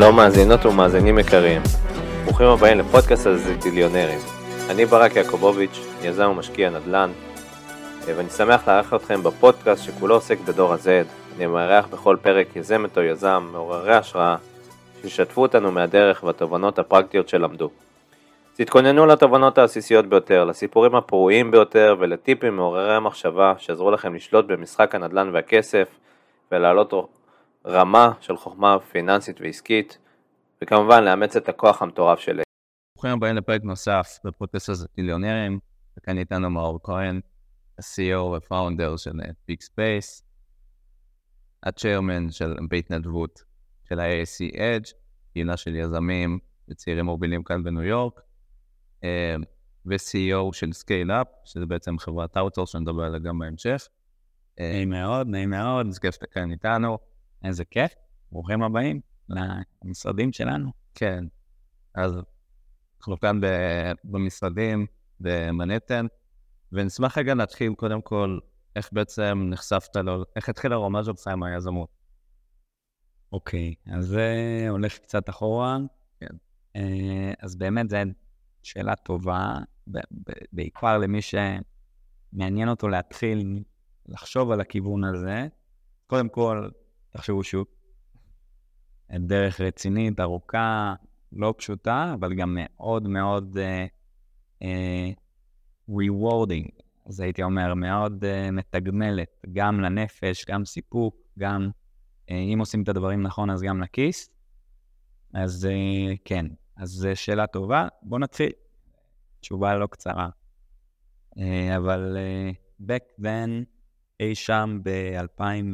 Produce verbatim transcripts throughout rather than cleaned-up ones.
שלום מאזינות ומאזינים יקרים, ברוכים הבאים לפודקאסט הזיטיליונרים. אני ברק יעקובוביץ', יזם ומשקיע נדל"ן, ואני שמח לארח אתכם בפודקאסט שכולו עוסק בדור ה-Z. אני מארח בכל פרק יזמת או יזם, מעוררי השראה, שישתפו אותנו מהדרך והתובנות הפרקטיות שלמדו. תתכוננו לתובנות העסיסיות ביותר, לסיפורים הפרועים ביותר ולטיפים מעוררי המחשבה שעזרו לכם לשלוט במשחק הנדל"ן והכסף ולעלות רמה של חוכמה פיננסית ועסקית, וכמובן לאמץ את הכוח המטורף שלי. ברוכים הבאים לפרק נוסף בפודקאסט הזיטיליונרים, וכאן איתנו מאור כהן, ה-סי אי או ופאונדר של ביג ספייס, הצ'יירמן של בהתנדבות של ה-איי אס סי Edge, קהילה של יזמים וצעירים מובילים כאן בניו יורק, ו-סי אי או של סקייל-אפ, שזה בעצם חברת אאוטסורס שנדבר עליה גם בהמשך. נעים מאוד, נעים מאוד, אז כיף שאתה כאן איתנו. איזה כיף, ברוכים הבאים למשרדים שלנו. כן, אז אנחנו כאן במשרדים במנהטן, ונשמח רגע להתחיל קודם כל, איך בעצם נחשפת לו, איך התחיל הרומה שלך עם היזמות? אוקיי, אז זה הולך קצת אחורה. כן. אז באמת זו שאלה טובה, בעיקר למי שמעניין אותו להתחיל לחשוב על הכיוון הזה. קודם כל, תחשבו שוב, דרך רצינית, ארוכה, לא פשוטה, אבל גם מאוד מאוד uh, uh, rewarding, אז הייתי אומר, מאוד uh, מתגמלת, גם לנפש, גם סיפוק, גם uh, אם עושים את הדברים נכון, אז גם לכיס. אז uh, כן, אז זו שאלה טובה. בוא נתחיל. תשובה לא קצרה. Uh, אבל uh, back then, אי שם ב-אלפיים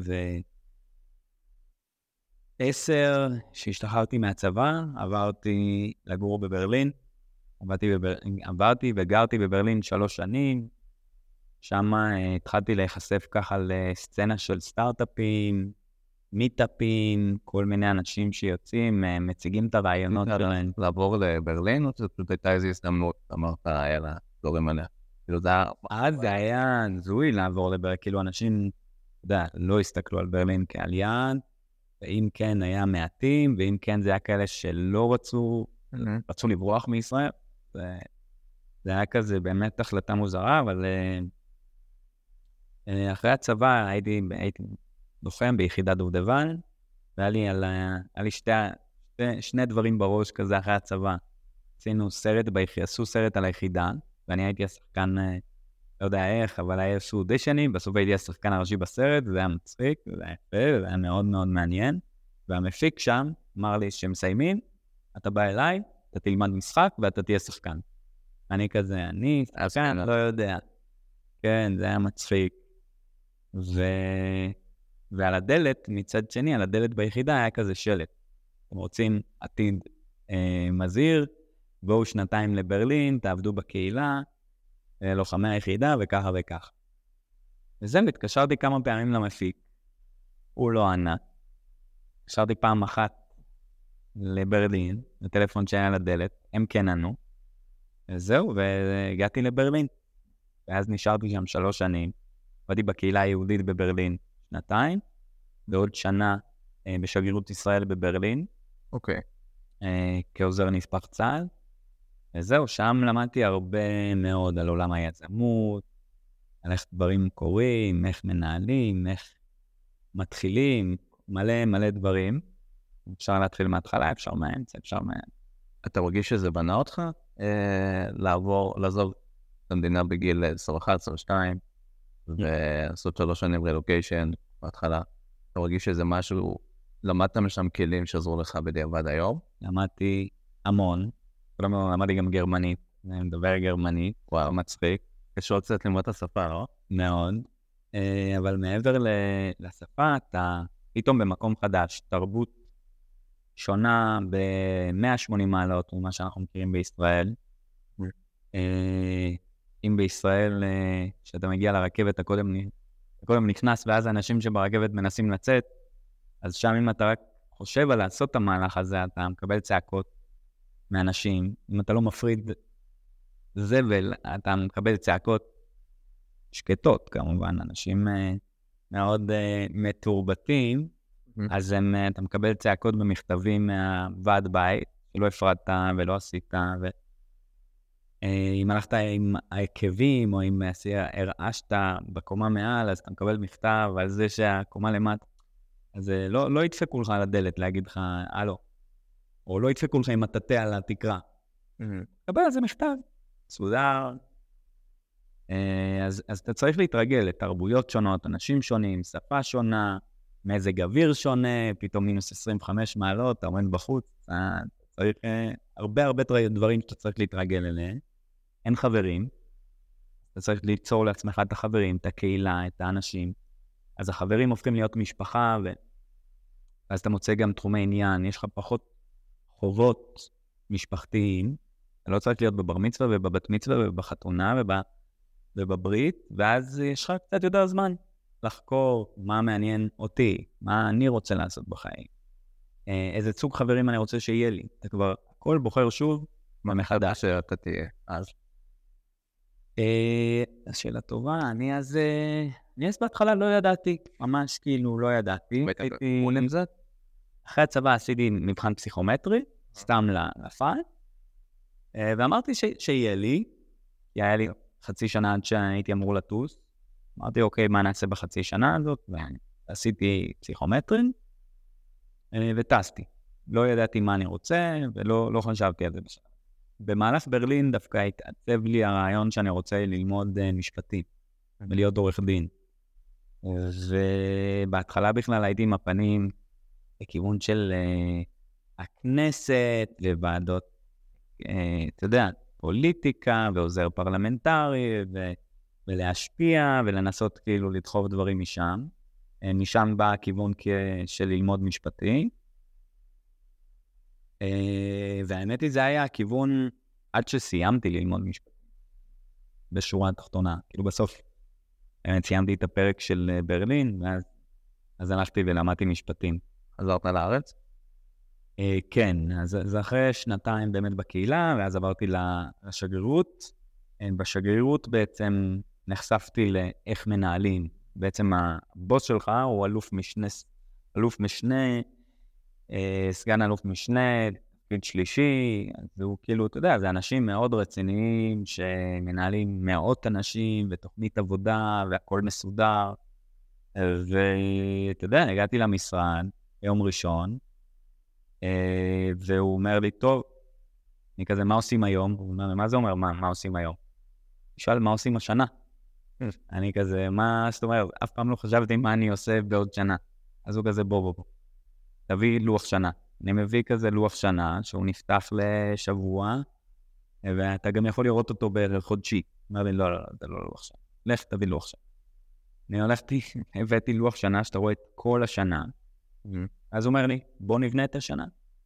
ועשר, שהשתחררתי מהצבא, עברתי לגור בברלין, עברתי, בבר... עברתי וגרתי בברלין שלוש שנים, שם uh, התחלתי להיחשף ככה לסצנה של סטארט-אפים, מיטאפים, כל מיני אנשים שיוצאים, uh, מציגים את הרעיונות שלהם. לעבור לברלין, או שפשוט הייתה איזו הזדמנות, אמרת, יאללה, דורים עליה. אז זה היה זוי לעבור לברלין, כאילו אנשים, אתה יודע, לא הסתכלו על ברלין כעל יעד, ואם כן היה מעטים, ואם כן זה היה כאלה שלא רצו, רצו לברוח מישראל. זה, זה היה כזה באמת החלטה מוזרה, אבל אחרי הצבא הייתי, הייתי לוחם ביחידת דובדבן, והיה לי, על, היה לי שתי, שתי, שני דברים בראש כזה אחרי הצבא. עשינו סרט, עשו סרט על היחידה, ואני הייתי השחקן, לא יודע איך, אבל היה איזשהו אודישנים, בסוף הייתי השחקן הראשי בסרט, וזה היה מצחיק, וזה היה יפה, וזה היה מאוד מאוד מעניין. והמפיק שם אמר לי שמסיימים, אתה בא אליי, אתה תלמד משחק, ואתה תהיה שחקן. אני כזה, אני שחקן, לא יודע. כן, זה היה מצחיק. ו... ועל הדלת, מצד שני, על הדלת ביחידה היה כזה שלט. אתם רוצים עתיד אה, מזהיר, בואו שנתיים לברלין, תעבדו בקהילה, לוחמי היחידה וככה וככה. וזה, התקשרתי כמה פעמים למפיק, הוא לא ענה. התקשרתי פעם אחת לברלין, לטלפון שהיה על הדלת, הם כן ענו, וזהו, והגעתי לברלין. ואז נשארתי שם שלוש שנים, עבדתי בקהילה היהודית בברלין שנתיים, ועוד שנה בשגרירות ישראל בברלין. אוקיי. כעוזר נספח צה"ל. וזהו, שם למדתי הרבה מאוד על עולם היזמות, על איך דברים קורים, איך מנהלים, איך מתחילים, מלא מלא דברים. אפשר להתחיל מההתחלה, אפשר מהאמצע, אפשר מה... אתה מרגיש שזה בנה אותך? אה, לעבור, לעזוב את המדינה בגיל עשרים ואחת עשרים ושתיים, ועשות שלוש שנים רילוקיישן בהתחלה. אתה מרגיש שזה משהו, למדת משם כלים שעזרו לך בדיעבד היום? למדתי המון. כלומר, למדתי גם גרמנית, אני מדבר גרמנית, וואו, מצחיק. קשור קצת ללמוד את השפה, לא? מאוד. אבל מעבר לשפה, אתה פתאום במקום חדש, תרבות שונה ב-מאה ושמונים מעלות ממה שאנחנו מכירים בישראל. אם בישראל, כשאתה מגיע לרכבת, הקודם נכנס, ואז האנשים שברכבת מנסים לצאת, אז שם אם אתה רק חושב על לעשות את המהלך הזה, אתה מקבל צעקות מאנשים. אם אתה לא מפריד זבל, אתה מקבל צעקות שקטות, כמובן, אנשים מאוד מתורבתים, אז הם, אתה מקבל צעקות במכתבים מהוועד בית, שלא הפרדת ולא עשית, ואם הלכת עם העקבים, או אם הרעשת בקומה מעל, אז אתה מקבל מכתב על זה שהקומה למטה, אז לא, לא ידפקו לך על הדלת להגיד לך, הלו, או לא ידפקו לך עם מטאטא על התקרה. קבל על זה מכתב, סודר. אז, אז אתה צריך להתרגל לתרבויות שונות, אנשים שונים, שפה שונה, מזג אוויר שונה, פתאום מינוס עשרים וחמש מעלות, אתה עומד בחוץ, אתה צריך הרבה הרבה דברים שאתה צריך להתרגל אליהם. אין חברים, אתה צריך ליצור לעצמך את החברים, את הקהילה, את האנשים. אז החברים הופכים להיות משפחה, ו... ואז אתה מוצא גם תחומי עניין, יש לך פחות חובות משפחתיים, אתה לא צריך להיות בבר מצווה ובבת מצווה ובחתונה וב... ובברית, ואז יש לך קצת יותר זמן לחקור מה מעניין אותי, מה אני רוצה לעשות בחיים, איזה סוג חברים אני רוצה שיהיה לי. אתה כבר הכל בוחר שוב במחדש שאתה תהיה אז. השאלה טובה, אני אז... אני אז בהתחלה לא ידעתי, ממש כאילו לא ידעתי. אחרי הצבא עשיתי מבחן פסיכומטרי, סתם לפן, ואמרתי שיהיה לי, היה לי חצי שנה עד שהייתי אמור לטוס, אמרתי אוקיי, מה נעשה בחצי שנה הזאת, ועשיתי פסיכומטרים, וטסתי. לא ידעתי מה אני רוצה, ולא לא חשבתי על זה בשביל. במהלך ברלין דווקא התעצב לי הרעיון שאני רוצה ללמוד משפטים, ולהיות עורך דין. ובהתחלה בכלל הייתי עם הפנים לכיוון של uh, הכנסת וועדות, uh, אתה יודע, פוליטיקה ועוזר פרלמנטרי ו- ולהשפיע ולנסות כאילו לדחוף דברים משם. Uh, משם בא הכיוון כ- של ללמוד משפטי. Uh, והאמת היא זה היה הכיוון עד שסיימתי ללמוד משפטי. בשורה התחתונה, כאילו בסוף. באמת סיימתי את הפרק של ברלין, ואז אז הלכתי ולמדתי משפטים. עזרת לארץ? אה, כן, אז זה אחרי שנתיים באמת בקהילה, ואז עברתי לשגרירות. בשגרירות בעצם נחשפתי לאיך מנהלים. בעצם הבוס שלך הוא אלוף משנה, אלוף משנה, אה, סגן אלוף משנה, תפקיד שלישי, והוא כאילו, אתה יודע, זה אנשים מאוד רציניים שמנהלים מאות אנשים ותוכנית עבודה והכל מסודר. ואתה יודע, הגעתי למשרד ביום ראשון, והוא אומר לי, טוב, אני כזה, מה עושים היום? הוא אומר, מה זה אומר, מה, מה עושים היום? נשאל, מה עושים השנה? אני כזה, מה זאת אומרת? אף פעם לא חשבתי מה אני עושה בעוד שנה. אז הוא כזה, בוא, בוא, בוא. תביא לוח שנה. אני מביא כזה לוח שנה, שהוא נפתח לשבוע, ואתה גם יכול לראות אותו בערך חודשי. אומר לי, לא, לא, לא, זה לא לוח שנה. לך, תביא לוח שנה. אני הולכתי, הבאתי לוח שנה, שאתה רואה את כל השנה. אז הוא אומר לי, בוא נבנה את השנה.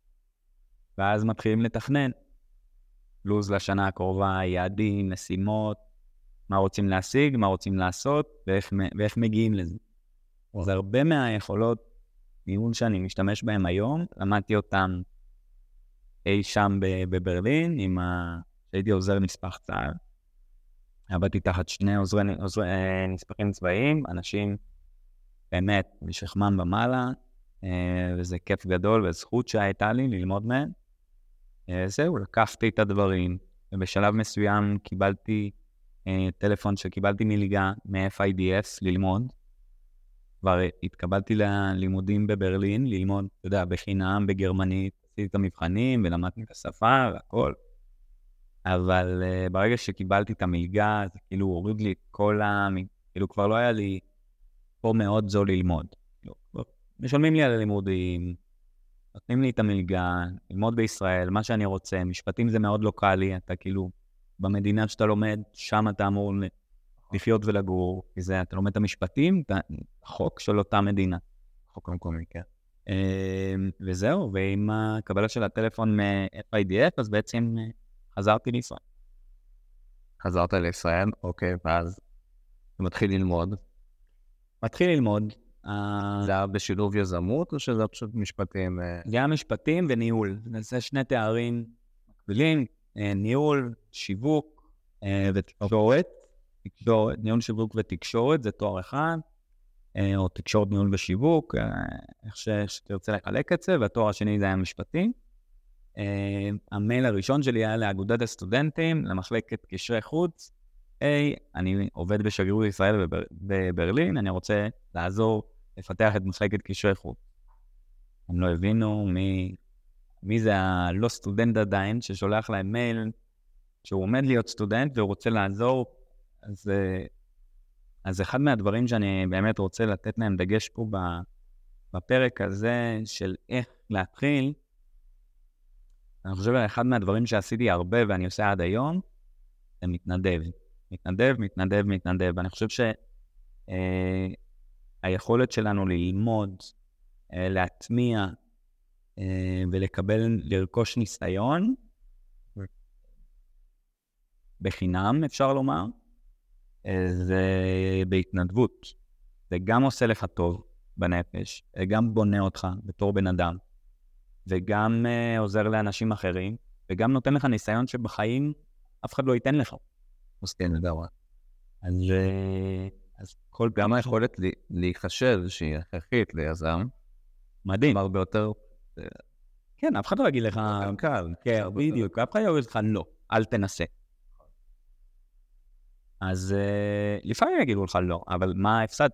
ואז מתחילים לתכנן. לוז לשנה הקרובה, יעדים, משימות, מה רוצים להשיג, מה רוצים לעשות, ואיך, ואיך מגיעים לזה. אז הרבה מהיכולות, ניהול שאני משתמש בהם היום, למדתי אותם אי שם בברלין, עם ה... שהייתי עוזר נספח צה"ל. עבדתי תחת שני עוזרי, עוזרי נספחים צבאיים, אנשים באמת משכמם במעלה, וזה כיף גדול וזכות שהייתה לי ללמוד מהם. זהו, לקחתי את הדברים, ובשלב מסוים קיבלתי טלפון שקיבלתי מלגה מ-אף איי די אס ללמוד, כבר התקבלתי ללימודים בברלין, ללמוד, אתה יודע, בחינם, בגרמנית, עשיתי את המבחנים ולמדתי את השפה והכל. אבל uh, ברגע שקיבלתי את המלגה, זה כאילו הוריד לי את כל ה... כאילו כבר לא היה לי פה מאוד זול ללמוד. כאילו, משלמים לי על הלימודים, נותנים לי את המלגה, ללמוד בישראל, מה שאני רוצה, משפטים זה מאוד לוקלי, אתה כאילו, במדינה שאתה לומד, שם אתה אמור לחיות ולגור, כי זה, אתה לומד את המשפטים, אתה, חוק של אותה מדינה. חוק המקומי, כן. וזהו, ועם הקבלה של הטלפון מ-אף איי די אף, אז בעצם חזרתי לישראל. חזרת לישראל, אוקיי, ואז אתה מתחיל ללמוד. מתחיל ללמוד. זה היה בשילוב יזמות, או שזה פשוט משפטים? זה היה משפטים וניהול. זה שני תארים מקבילים, ניהול, שיווק ותקשורת. תקשורת, ניהול שיווק ותקשורת, זה תואר אחד. או תקשורת ניהול ושיווק, איך ש, שתרצה לחלק את זה, והתואר השני זה היה משפטי. המייל הראשון שלי היה לאגודת הסטודנטים, למחלקת קשרי חוץ. היי, אני עובד בשגרירות ישראל בבר, בברלין, אני רוצה לעזור לפתח את מחלקת קשרי חוץ. הם לא הבינו מי, מי זה הלא סטודנט עדיין, ששולח להם מייל, שהוא עומד להיות סטודנט והוא רוצה לעזור. אז, אז אחד מהדברים שאני באמת רוצה לתת להם דגש פה בפרק הזה של איך להתחיל, אני חושב שאחד מהדברים שעשיתי הרבה ואני עושה עד היום, זה מתנדב. מתנדב, מתנדב, מתנדב. ואני חושב שהיכולת שלנו ללמוד, להטמיע ולקבל, לרכוש ניסיון, בחינם אפשר לומר, זה בהתנדבות. זה גם עושה לך טוב בנפש, גם בונה אותך בתור בן אדם, וגם uh, עוזר לאנשים אחרים, וגם נותן לך ניסיון שבחיים אף אחד לא ייתן לך. מסכים לדבר. אז, uh, אז כל גם היכולת לי, להיחשב שהיא הכרחית ליזם, מדהים. הרבה יותר... כן, אף אחד לא יגיד לך... קל. כן, בדיוק. אף אחד לא יגיד לך לא, אל תנסה. אז uh, לפעמים יגידו לך לא, אבל מה הפסד?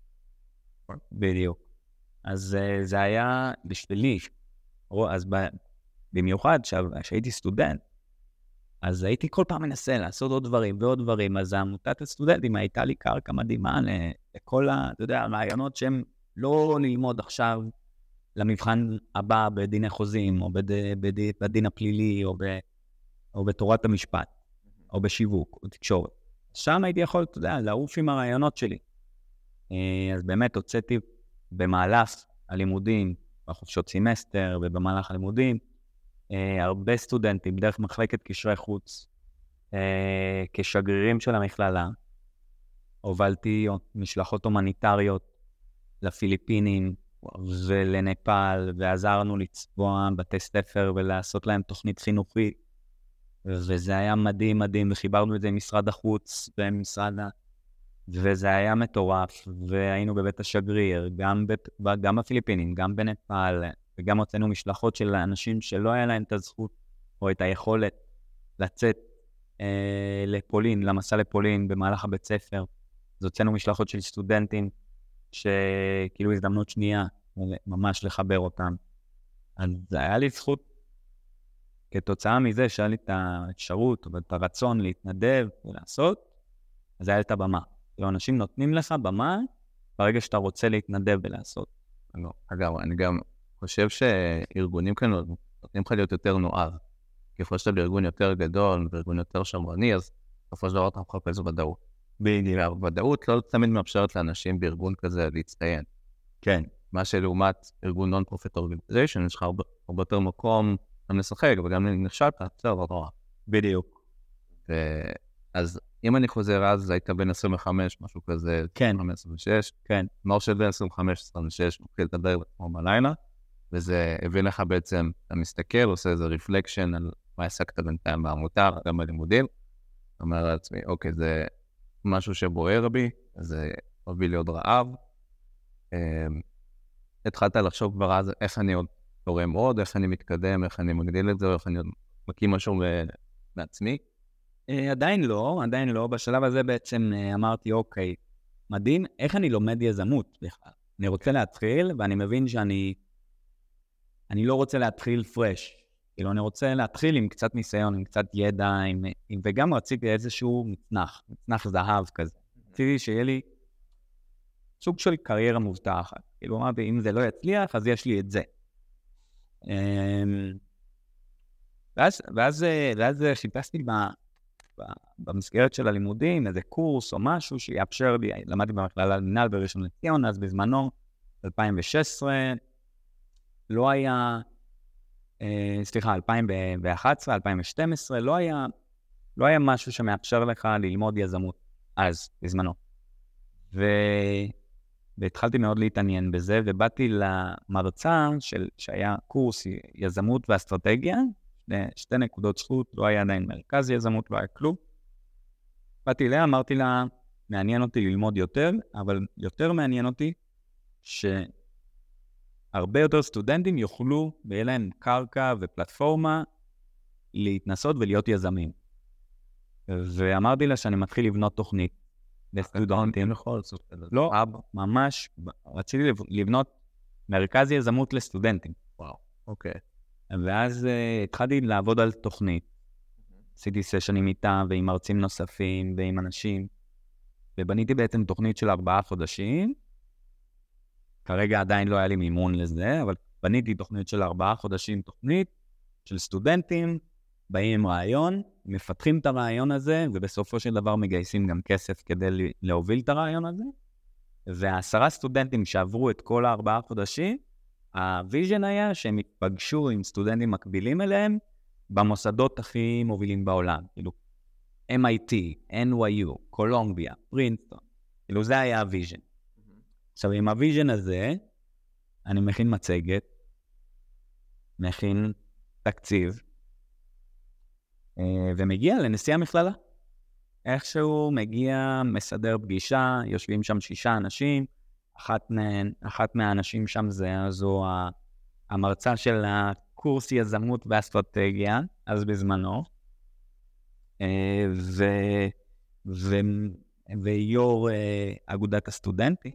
בדיוק. אז uh, זה היה בשבילי. אז במיוחד שהייתי סטודנט, אז הייתי כל פעם מנסה לעשות עוד דברים ועוד דברים, אז העמותת הסטודנטים הייתה לי קרקע מדהימה לכל ה, אתה יודע, הרעיונות שהם לא ללמוד עכשיו למבחן הבא בדיני חוזים, או בד, בד, בדין הפלילי, או, ב, או בתורת המשפט, או בשיווק, או תקשורת. שם הייתי יכול, אתה יודע, לעוף עם הרעיונות שלי. אז באמת הוצאתי במהלך הלימודים, בחופשות סמסטר ובמהלך הלימודים, אה, הרבה סטודנטים, דרך מחלקת קשרי חוץ, אה, כשגרירים של המכללה, הובלתי משלחות הומניטריות לפיליפינים ולנפאל, ועזרנו לצבוע בתי ספר ולעשות להם תוכנית חינוכית, וזה היה מדהים מדהים, וחיברנו את זה עם משרד החוץ ומשרד ה... וזה היה מטורף, והיינו בבית השגריר, גם, בית, גם בפיליפינים, גם בנפאל, וגם הוצאנו משלחות של אנשים שלא היה להם את הזכות או את היכולת לצאת אה, לפולין, למסע לפולין במהלך הבית ספר. אז הוצאנו משלחות של סטודנטים שכאילו הזדמנות שנייה, ממש לחבר אותם. אז זה היה לי זכות, כתוצאה מזה שהיה לי את האפשרות ואת הרצון להתנדב ולעשות, אז היה לי את הבמה. אנשים נותנים לך במה ברגע שאתה רוצה להתנדב ולעשות. אגב, אני גם חושב שארגונים כאן נותנים לך להיות יותר נוער. ככל שאתה בארגון יותר גדול, בארגון יותר שמרני, אז בסופו של דבר אתה מחפש ודאות. בדיוק. ודאות לא תמיד מאפשרת לאנשים בארגון כזה להצטיין. כן. מה שלעומת ארגון non-profit organization, יש לך הרבה, הרבה יותר מקום גם לשחק, וגם נכשלת, בסדר, לא נורא. בדיוק. אז אם אני חוזר אז, זה הייתה בין עשרים וחמש, משהו כזה, כן. עשרים ושש, כן. מרשל בין עשרים וחמש עשרים ושש, מתחיל לדבר כמו בלילה, וזה הביא לך בעצם, אתה מסתכל, עושה איזה רפלקשן על מה עסקת בינתיים בעמותה, גם בלימודים, אומר לעצמי, אוקיי, זה משהו שבוער בי, זה הוביל לי עוד רעב, התחלת לחשוב כבר אז איך אני עוד תורם עוד, איך אני מתקדם, איך אני מגדיל את זה, איך אני עוד מקים משהו בעצמי. עדיין לא, עדיין לא. בשלב הזה בעצם אמרתי, אוקיי, מדהים, איך אני לומד יזמות בכלל? אני רוצה להתחיל, ואני מבין שאני אני לא רוצה להתחיל פרש. כאילו, אני רוצה להתחיל עם קצת ניסיון, עם קצת ידע, עם, עם, וגם רציתי איזשהו מצנח, מצנח זהב כזה. רציתי שיהיה לי סוג של קריירה מובטחת. כאילו, אמרתי, אם זה לא יצליח, אז יש לי את זה. ואז, ואז, ואז חיפשתי ב... במסגרת של הלימודים, איזה קורס או משהו שיאפשר לי, למדתי במכללה למינהל בראשון לציון, אז בזמנו, אלפיים ושש עשרה, לא היה, אה, סליחה, אלפיים ואחת עשרה, אלפיים ושתים עשרה, לא היה, לא היה משהו שמאפשר לך ללמוד יזמות, אז, בזמנו. ו... והתחלתי מאוד להתעניין בזה, ובאתי למרצה של, שהיה קורס יזמות ואסטרטגיה, שתי נקודות זכות, לא היה עדיין מרכז יזמות, לא היה כלום. באתי אליה, אמרתי לה, מעניין אותי ללמוד יותר, אבל יותר מעניין אותי שהרבה יותר סטודנטים יוכלו, ויהיה להם קרקע ופלטפורמה, להתנסות ולהיות יזמים. ואמרתי לה שאני מתחיל לבנות תוכנית לסטודנטים. לא, ממש, רציתי לבנות מרכז יזמות לסטודנטים. וואו, אוקיי. ואז התחלתי לעבוד על תוכנית. עשיתי סשנים איתה ועם מרצים נוספים ועם אנשים. ובניתי בעצם תוכנית של ארבעה חודשים. כרגע עדיין לא היה לי מימון לזה, אבל בניתי תוכנית של ארבעה חודשים, תוכנית של סטודנטים, באים עם רעיון, מפתחים את הרעיון הזה, ובסופו של דבר מגייסים גם כסף כדי להוביל את הרעיון הזה. והעשרה סטודנטים שעברו את כל הארבעה חודשים, הוויז'ן היה שהם התפגשו עם סטודנטים מקבילים אליהם, במוסדות הכי מובילים בעולם, כאילו אם איי טי, אן וואי יו, קולומביה, פרינסטון, כאילו זה היה הוויז'ן. עכשיו עם הוויז'ן הזה, אני מכין מצגת, מכין תקציב, ומגיע לנשיא המכללה. איכשהו מגיע, מסדר פגישה, יושבים שם שישה אנשים, אחת, מה, אחת מהאנשים שם זה זו המרצה של הקורס יזמות ואסטרטגיה, אז בזמנו, ו, ו, ויור אגודת הסטודנטי,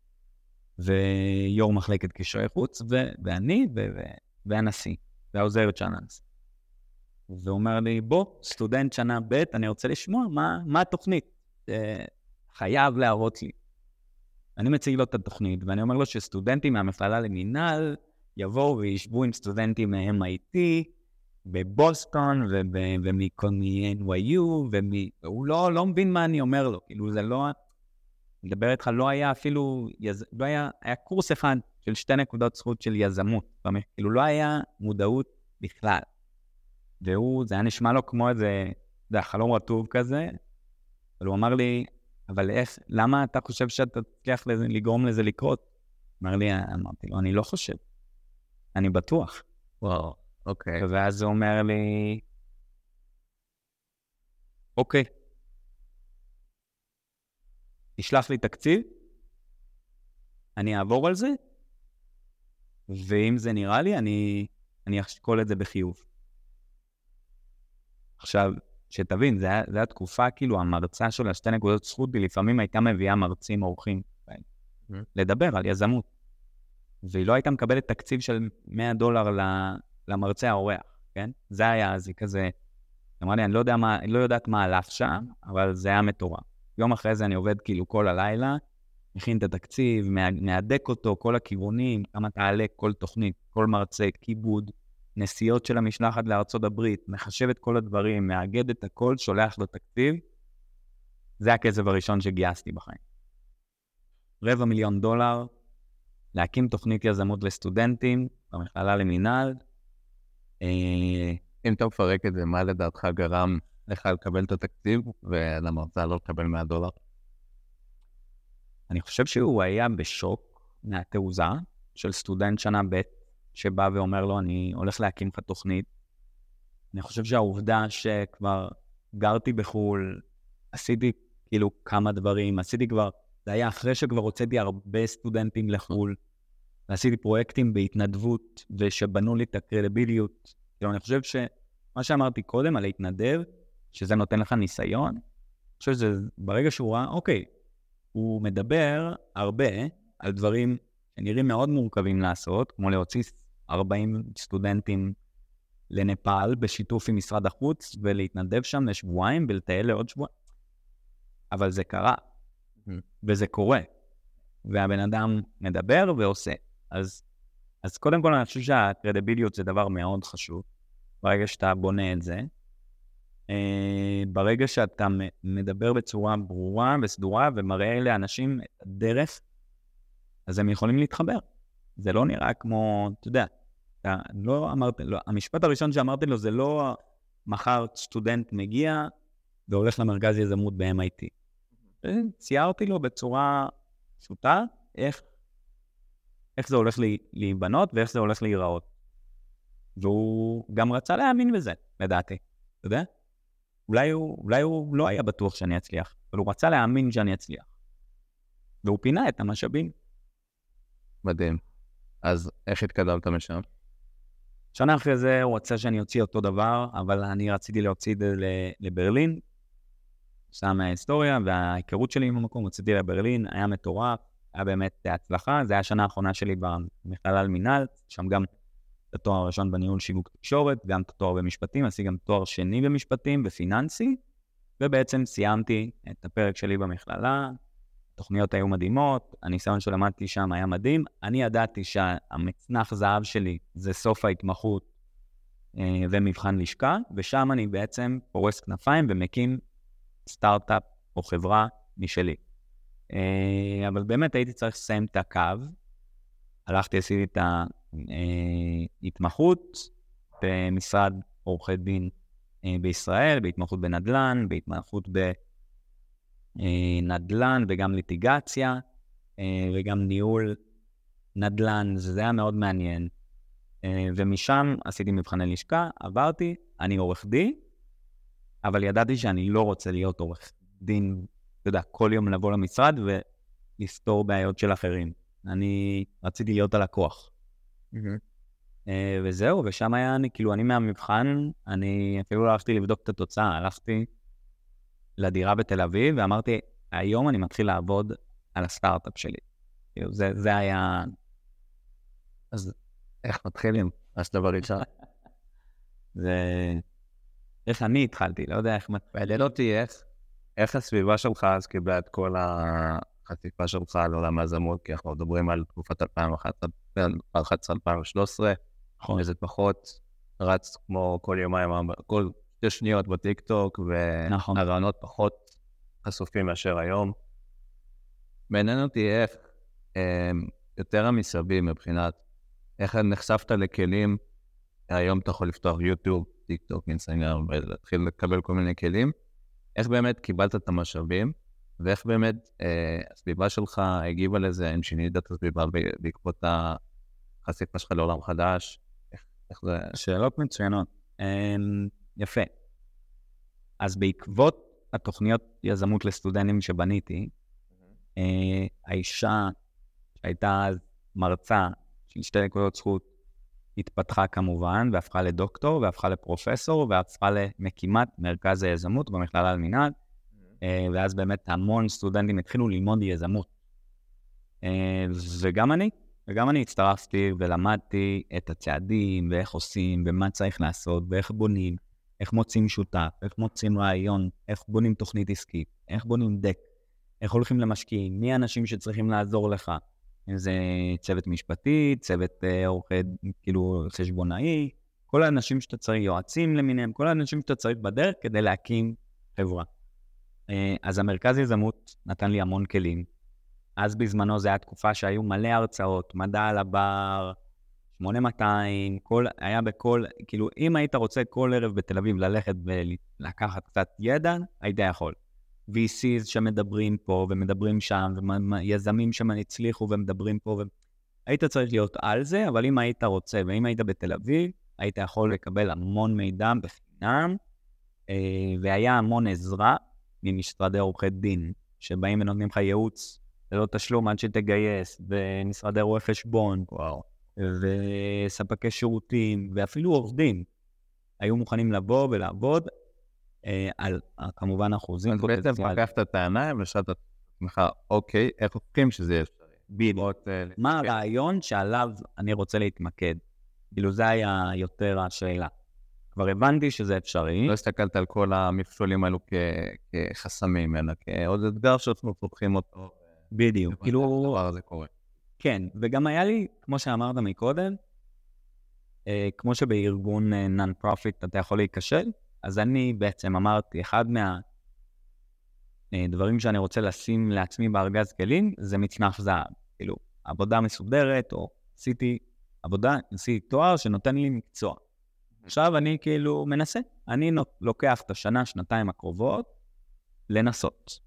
ויור מחלקת קשרי חוץ, ו, ואני ו, ו, והנשיא, והעוזרת שלנו. והוא אומר לי, בוא, סטודנט שנה ב', אני רוצה לשמוע מה, מה התוכנית. חייב להראות לי. אני מציג לו את התוכנית, ואני אומר לו שסטודנטים מהמכללה למינהל יבואו וישבו עם סטודנטים מ-אם איי טי, בבוסטון, ומ-אן וואי יו, והוא לא, לא מבין מה אני אומר לו. כאילו זה לא, מדבר איתך, לא היה אפילו, יז... לא היה, היה קורס אחד של שתי נקודות זכות של יזמות. כאילו לא היה מודעות בכלל. והוא, זה היה נשמע לו כמו איזה, זה חלום רטוב כזה, אבל הוא אמר לי, אבל איך, למה אתה חושב שאתה תצליח לזה, לגרום לזה לקרות? אמר לי, אמרתי לו, אני לא חושב, אני בטוח. וואו, אוקיי. ואז הוא אומר לי, אוקיי, תשלח לי תקציב, אני אעבור על זה, ואם זה נראה לי, אני, אני אשקול את זה בחיוב. עכשיו, שתבין, זה, זה התקופה, כאילו, המרצה של השתי נקודות זכות, היא לפעמים הייתה מביאה מרצים אורחים, mm-hmm. לדבר על יזמות. והיא לא הייתה מקבלת תקציב של מאה דולר למרצה האורח, כן? זה היה, אז היא כזה, אמרה לי, אני לא, יודע מה, אני לא יודעת מה הלך שם, אבל זה היה מטורף. יום אחרי זה אני עובד כאילו כל הלילה, מכין את התקציב, מעדק אותו, כל הכיוונים, כמה תעלה כל תוכנית, כל מרצה, כיבוד, נסיעות של המשלחת לארצות הברית, מחשב את כל הדברים, מאגד את הכל, שולח לו תקציב. זה הכסף הראשון שגייסתי בחיים. רבע מיליון דולר, להקים תוכנית יזמות לסטודנטים, במכללה למינהל. אם אתה מפרק את זה, מה לדעתך גרם לך לקבל את התקציב, ולמרצה לא לקבל מאה דולר? אני חושב שהוא היה בשוק מהתעוזה של סטודנט שנה ב' שבא ואומר לו, אני הולך להקים לך תוכנית. אני חושב שהעובדה שכבר גרתי בחול, עשיתי כאילו כמה דברים, עשיתי כבר, זה היה אחרי שכבר הוצאתי הרבה סטודנטים לחול, ועשיתי פרויקטים בהתנדבות, ושבנו לי את הקרדיביליות. כאילו, אני חושב שמה שאמרתי קודם על להתנדב, שזה נותן לך ניסיון, אני חושב שזה ברגע שהוא ראה, אוקיי, הוא מדבר הרבה על דברים שנראים מאוד מורכבים לעשות, כמו להוציא ארבעים סטודנטים לנפאל בשיתוף עם משרד החוץ, ולהתנדב שם לשבועיים ולטייל לעוד שבועיים. אבל זה קרה, mm-hmm. וזה קורה, והבן אדם מדבר ועושה. אז, אז קודם כל אני חושב שהקרדיביליות זה דבר מאוד חשוב, ברגע שאתה בונה את זה, ברגע שאתה מדבר בצורה ברורה וסדורה, ומראה לאנשים את הדרך, אז הם יכולים להתחבר. זה לא נראה כמו, אתה יודע, אתה לא אמרת, לא, המשפט הראשון שאמרתי לו זה לא מחר סטודנט מגיע והולך למרכז יזמות ב-אם איי טי. ציירתי לו בצורה פשוטה איך, איך זה הולך להיבנות ואיך זה הולך להיראות. והוא גם רצה להאמין בזה, לדעתי. אתה יודע? אולי הוא, אולי הוא לא היה בטוח שאני אצליח, אבל הוא רצה להאמין שאני אצליח. והוא פינה את המשאבים. מדהים. אז איך התקדמת משם? שנה אחרי זה הוא רצה שאני אוציא אותו דבר, אבל אני רציתי להוציא את זה לברלין, שם מההיסטוריה, וההיכרות שלי עם המקום, רציתי לברלין, היה מטורף, היה באמת הצלחה, זה היה השנה האחרונה שלי במכללה למינהל, שם גם את התואר הראשון בניהול שיווק תקשורת, גם את התואר במשפטים, עשיתי גם תואר שני במשפטים ופיננסי, ובעצם סיימתי את הפרק שלי במכללה, התוכניות היו מדהימות, הניסיון שלמדתי שם היה מדהים, אני ידעתי שהמצנח זהב שלי זה סוף ההתמחות אה, ומבחן לשכה, ושם אני בעצם פורס כנפיים ומקים סטארט-אפ או חברה משלי. אה, אבל באמת הייתי צריך לסיים את הקו, הלכתי עשיתי את ההתמחות במשרד עורכי דין אה, בישראל, בהתמחות בנדל"ן, בהתמחות ב... נדל"ן וגם ליטיגציה וגם ניהול נדל"ן, זה היה מאוד מעניין. ומשם עשיתי מבחני לשכה, עברתי, אני עורך דין, אבל ידעתי שאני לא רוצה להיות עורך דין, אתה יודע, כל יום לבוא למשרד ולפתור בעיות של אחרים. אני רציתי להיות הלקוח. וזהו, ושם היה אני, כאילו אני מהמבחן, אני אפילו לא הלכתי לבדוק את התוצאה, הלכתי לדירה בתל אביב, ואמרתי, היום אני מתחיל לעבוד על הסטארט-אפ שלי. זה, זה היה... אז איך מתחילים? אז דבר ראשון. זה... איך אני התחלתי, לא יודע איך מתחילים. ועדיין אותי איך, איך הסביבה שלך אז קיבלה את כל החשיפה שלך על עולם היזמות, כי אנחנו מדברים על תקופת אלפיים ואחת עשרה אלפיים ושלוש עשרה, איזה פחות רץ כמו כל יומיים, כל... שתי שניות בטיקטוק, והרעיונות פחות חשופים מאשר היום. מעניין אותי איך יותר המסביב מבחינת, איך נחשפת לכלים, היום אתה יכול לפתוח יוטיוב, טיקטוק, אינסטגרם, ולהתחיל לקבל כל מיני כלים, איך באמת קיבלת את המשאבים, ואיך באמת הסביבה שלך הגיבה לזה, אם שינית את הסביבה בעקבות החשיפה שלך לעולם חדש, איך זה... שאלות מצוינות. יפה. אז בעקבות התוכניות יזמות לסטודנטים שבניתי, mm-hmm. אה, האישה שהייתה אז מרצה של שתי נקודות זכות, התפתחה כמובן, והפכה לדוקטור, והפכה לפרופסור, והפכה למקימת מרכז היזמות במכללה למינהל, mm-hmm. אה, ואז באמת המון סטודנטים התחילו ללמוד יזמות. אה, וגם אני, וגם אני הצטרפתי ולמדתי את הצעדים, ואיך עושים, ומה צריך לעשות, ואיך בונים, איך מוצאים שותף, איך מוצאים רעיון, איך בונים תוכנית עסקית, איך בונים דק, איך הולכים למשקיעים, מי האנשים שצריכים לעזור לך, אם זה צוות משפטי, צוות עורכי, כאילו חשבונאי, כל האנשים שאתה צריך, יועצים למיניהם, כל האנשים שאתה צריך בדרך כדי להקים חברה. אז המרכז יזמות נתן לי המון כלים. אז בזמנו זה היה תקופה שהיו מלא הרצאות, מדע על הבר, שמונה מאתיים, כל, היה בכל, כאילו, אם היית רוצה כל ערב בתל אביב ללכת ולקחת קצת ידע, היית יכול. וי סי'ס שמדברים פה ומדברים שם, ויזמים שם הצליחו ומדברים פה, ו... היית צריך להיות על זה, אבל אם היית רוצה, ואם היית בתל אביב, היית יכול לקבל המון מידע בחינם, והיה המון עזרה ממשרדי עורכי דין, שבאים ונותנים לך ייעוץ, ללא תשלום עד שתגייס, ומשרדי רואי חשבון, וואו. וספקי שירותים, ואפילו עובדים, היו מוכנים לבוא ולעבוד אה, על כמובן אחוזים. אז בעצם פקחת את העיניים ושאלת את עצמך, אוקיי, איך הופכים שזה אפשרי? בדיוק. מה הרעיון שעליו אני רוצה להתמקד? כאילו זה היה יותר השאלה. כבר הבנתי שזה אפשרי. לא הסתכלת על כל המפשולים האלו כחסמים, אלא כעוד אתגר שאנחנו פותחים אותו. בדיוק. כאילו... הדבר הזה קורה. כן, וגם היה לי, כמו שאמרת מקודם, אה, כמו שבארגון נון-פרופיט אתה יכול להיכשל, אז אני בעצם אמרתי, אחד מהדברים שאני רוצה לשים לעצמי בארגז כלים, זה מצנח זהב. כאילו, עבודה מסודרת, או עשיתי עבודה, עשיתי תואר שנותן לי מקצוע. עכשיו אני כאילו מנסה, אני לוקח את השנה, שנתיים הקרובות, לנסות.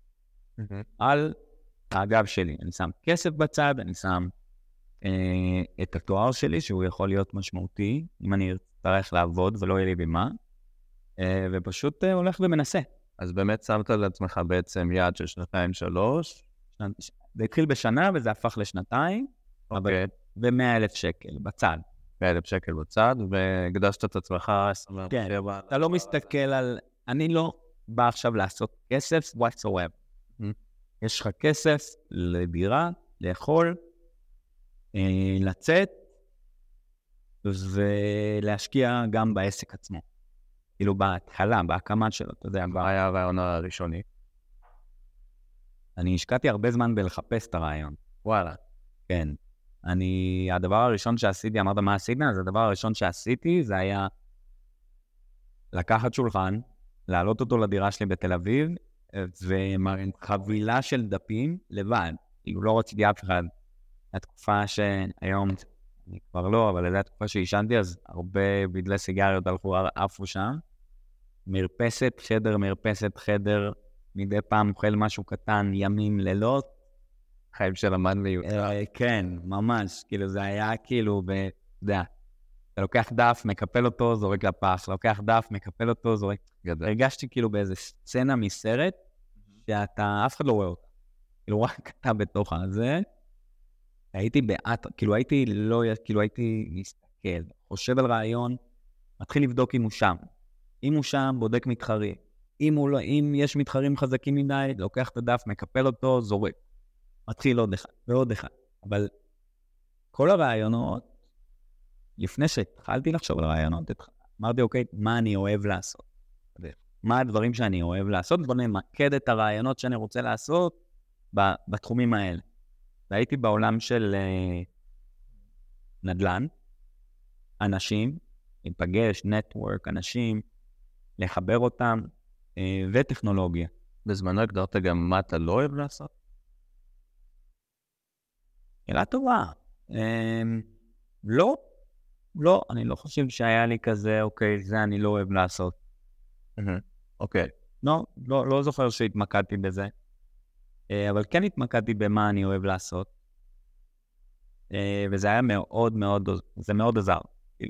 על... האגב שלי, אני שם כסף בצד, אני שם אה, את התואר שלי, שהוא יכול להיות משמעותי, אם אני אצטרך לעבוד ולא יהיה לי במה, אה, ופשוט אה, הולך ומנסה. אז באמת שמת לעצמך בעצם יעד של שנתיים, שלוש. זה התחיל בשנה וזה הפך לשנתיים, אוקיי. ו-מאה אלף שקל בצד. מאה אלף שקל בצד, והקדשת את עצמך עשרים וארבע כן, שבע. אתה לא מסתכל על... אני לא בא עכשיו לעשות כסף, whatsoever. Mhm. יש לך כסף לדירה, לאכול, אה, לצאת, ולהשקיע גם בעסק עצמו. כאילו בהתחלה, בהקמה שלו, אתה יודע. מה היה הרעיון הראשוני? אני השקעתי הרבה זמן בלחפש את הרעיון. וואלה. כן. אני, הדבר הראשון שעשיתי, אמרת מה עשית? אז הדבר הראשון שעשיתי זה היה לקחת שולחן, להעלות אותו לדירה שלי בתל אביב, וחבילה של דפים לבד. כאילו לא רציתי אף אחד. התקופה שהיום, אני כבר לא, אבל זו התקופה שהישנתי, אז הרבה בדלי סיגריות הלכו, עפו שם. מרפסת, חדר, מרפסת, חדר, מדי פעם אוכל משהו קטן, ימים, לילות. חיים של אמן מיותר. כן, ממש. כאילו זה היה כאילו, אתה יודע, אתה לוקח דף, מקפל אותו, זורק לפח, לוקח דף, מקפל אותו, זורק. הרגשתי כאילו באיזה סצנה מסרט, שאתה, אף אחד לא רואה אותה. כאילו רק אתה בתוך הזה. הייתי באט, כאילו הייתי לא, כאילו הייתי מסתכל, חושב על רעיון, מתחיל לבדוק אם הוא שם. אם הוא שם, בודק מתחרים. אם, הוא לא, אם יש מתחרים חזקים מדי, לוקח את הדף, מקפל אותו, זורק. מתחיל עוד אחד ועוד אחד. אבל כל הרעיונות, לפני שהתחלתי לחשוב על הרעיונות, אמרתי, אוקיי, מה אני אוהב לעשות? מה הדברים שאני אוהב לעשות? בוא נמקד את הרעיונות שאני רוצה לעשות בתחומים האלה. והייתי בעולם של uh, נדל"ן, אנשים, להיפגש, נטוורק, אנשים, לחבר אותם, uh, וטכנולוגיה. בזמנו הגדרת גם מה אתה לא אוהב לעשות? שאלה טובה. Um, לא, לא, אני לא חושב שהיה לי כזה, אוקיי, זה אני לא אוהב לעשות. אוקיי. לא, לא, לא זוכר שהתמקדתי בזה. אבל כן התמקדתי במה אני אוהב לעשות. וזה היה מאוד מאוד, זה מאוד עזר, כאילו.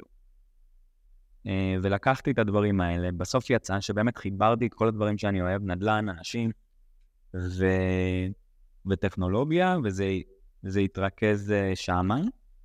ולקחתי את הדברים האלה, בסוף יצא שבאמת חיברתי את כל הדברים שאני אוהב, נדל"ן, אנשים, ו... וטכנולוגיה, וזה, וזה התרכז שמה.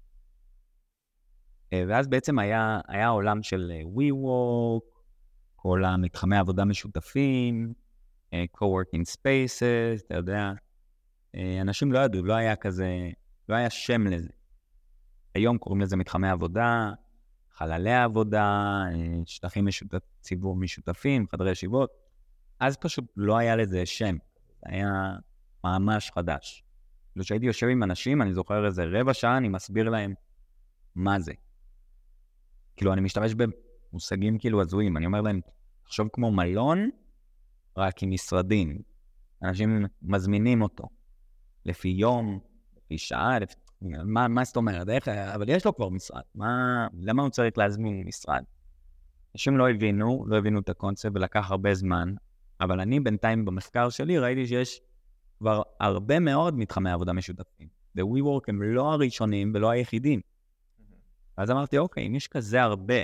ואז בעצם היה, היה עולם של WeWork, כל המתחמי עבודה משותפים, co-working spaces, אתה יודע, אנשים לא ידעו, לא היה כזה, לא היה שם לזה. היום קוראים לזה מתחמי עבודה, חללי עבודה, שטחים משותפ, ציבור משותפים, חדרי ישיבות, אז פשוט לא היה לזה שם, זה היה ממש חדש. כאילו שהייתי יושב עם אנשים, אני זוכר איזה רבע שעה, אני מסביר להם מה זה. כאילו אני משתמש במושגים כאילו הזויים, אני אומר להם, תחשוב כמו מלון, רק עם משרדים. אנשים מזמינים אותו. לפי יום, לפי שעה, לפי... מה, מה זאת אומרת? איך... אבל יש לו כבר משרד. מה... למה הוא צריך להזמין משרד? אנשים לא הבינו, לא הבינו את הקונספט ולקח הרבה זמן, אבל אני בינתיים במחקר שלי ראיתי שיש כבר הרבה מאוד מתחמי עבודה משותפים. ו-WeWork הם לא הראשונים ולא היחידים. אז אמרתי, אוקיי, אם יש כזה הרבה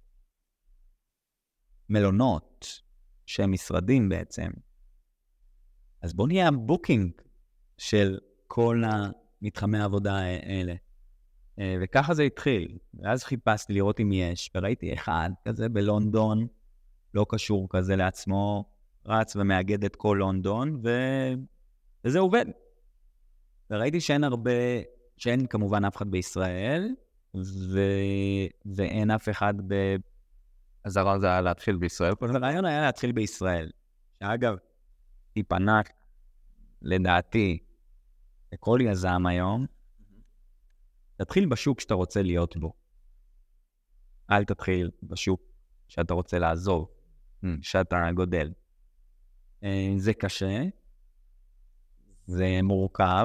מלונות, שהם משרדים בעצם, אז בוא נהיה הבוקינג של כל המתחמי העבודה האלה. וככה זה התחיל. ואז חיפשתי לראות אם יש, וראיתי אחד כזה בלונדון, לא קשור כזה לעצמו, רץ ומאגד את כל לונדון, ו... וזה עובד. וראיתי שאין הרבה, שאין כמובן אף אחד בישראל, ו... ואין אף אחד ב... אז הרעיון זה היה להתחיל בישראל? הרעיון היה להתחיל בישראל. שאגב, טיפ ענק, לדעתי, לכל יזם היום, תתחיל בשוק שאתה רוצה להיות בו. אל תתחיל בשוק שאתה רוצה לעזוב, שאתה גודל. זה קשה, זה מורכב,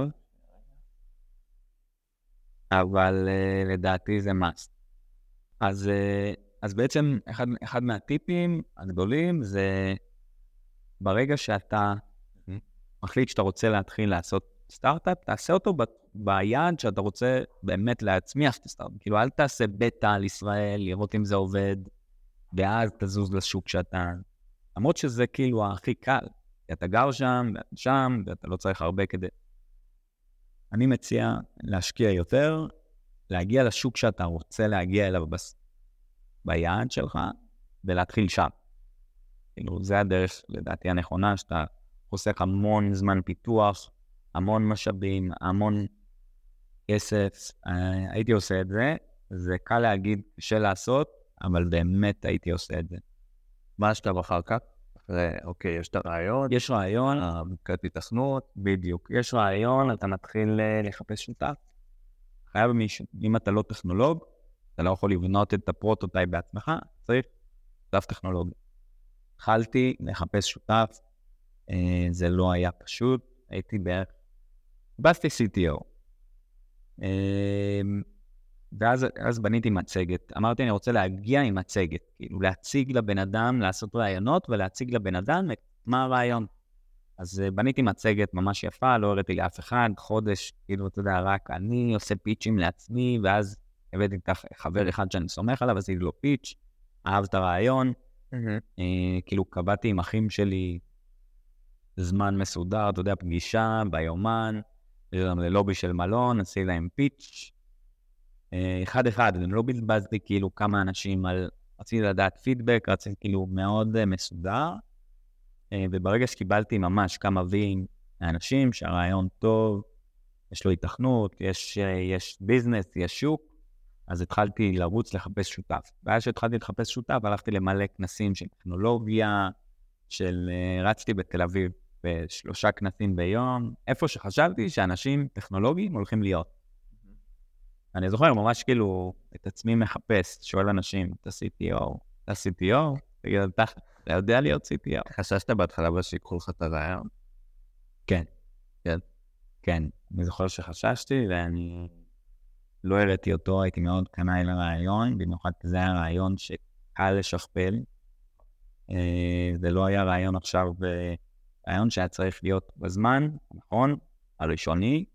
אבל לדעתי זה must. אז... אז בעצם אחד, אחד מהטיפים הגדולים זה ברגע שאתה מחליט שאתה רוצה להתחיל לעשות סטארט-אפ, תעשה אותו ב, ביעד שאתה רוצה באמת להצמיח את הסטארט-אפ. כאילו אל תעשה בטא על ישראל, לראות אם זה עובד, ואז תזוז לשוק שאתה... למרות שזה כאילו הכי קל, כי אתה גר שם, ואתה שם, ואתה לא צריך הרבה כדי... אני מציע להשקיע יותר, להגיע לשוק שאתה רוצה להגיע אליו בס... ביעד שלך, ולהתחיל שם. כאילו, זה הדרך, לדעתי, הנכונה, שאתה חוסך המון זמן פיתוח, המון משאבים, המון כסף. הייתי עושה את זה, זה קל להגיד, קשה לעשות, אבל באמת הייתי עושה את זה. מה השלב אחר כך? אחרי, אוקיי, יש את הרעיון, יש רעיון, בדיקת התכנות, בדיוק, יש רעיון, אתה מתחיל לחפש שותף. חייב מישהו, אם אתה לא טכנולוג, אתה לא יכול לבנות את הפרוטוטייפ בעצמך, צריך שותף טכנולוגי. התחלתי לחפש שותף, זה לא היה פשוט, הייתי בערך, בסתי סי טי או. ואז אז בניתי מצגת. אמרתי, אני רוצה להגיע עם מצגת, כאילו להציג לבן אדם, לעשות רעיונות, ולהציג לבן אדם מה הרעיון. אז בניתי מצגת ממש יפה, לא הראיתי לאף אחד, חודש, כאילו, אתה יודע, רק אני עושה פיצ'ים לעצמי, ואז הבאתי חבר אחד שאני סומך עליו, עשיתי לו פיץ', אהב את הרעיון, כאילו, קבעתי עם אחים שלי זמן מסודר, אתה יודע, פגישה ביומן, ללובי של מלון, עשיתי להם פיץ', אחד אחד, אני לא בלבזתי כאילו כמה אנשים על, רציתי לדעת פידבק, רציתי כאילו מאוד מסודר, וברגע שקיבלתי ממש כמה ויים לאנשים שהרעיון טוב, יש לו התכנות, יש, יש ביזנס, יש שוק, אז התחלתי לרוץ לחפש שותף. ואז שהתחלתי לחפש שותף, הלכתי למלא כנסים של טכנולוגיה, של רצתי בתל אביב בשלושה כנסים ביום, איפה שחשבתי שאנשים טכנולוגיים הולכים להיות. אני זוכר ממש כאילו את עצמי מחפש, שואל אנשים, אתה סי טי או, אתה סי טי או, תגיד, אתה יודע להיות סי טי או. חששת בהתחלה בשיקחו לך את הרעיון? כן. כן. כן, אני זוכר שחששתי, ואני לא הראיתי אותו, הייתי מאוד קנאי לרעיון, במיוחד זה היה רעיון שקל לשכפל. זה לא היה רעיון עכשיו, רעיון שהיה צריך להיות בזמן, נכון, הראשוני,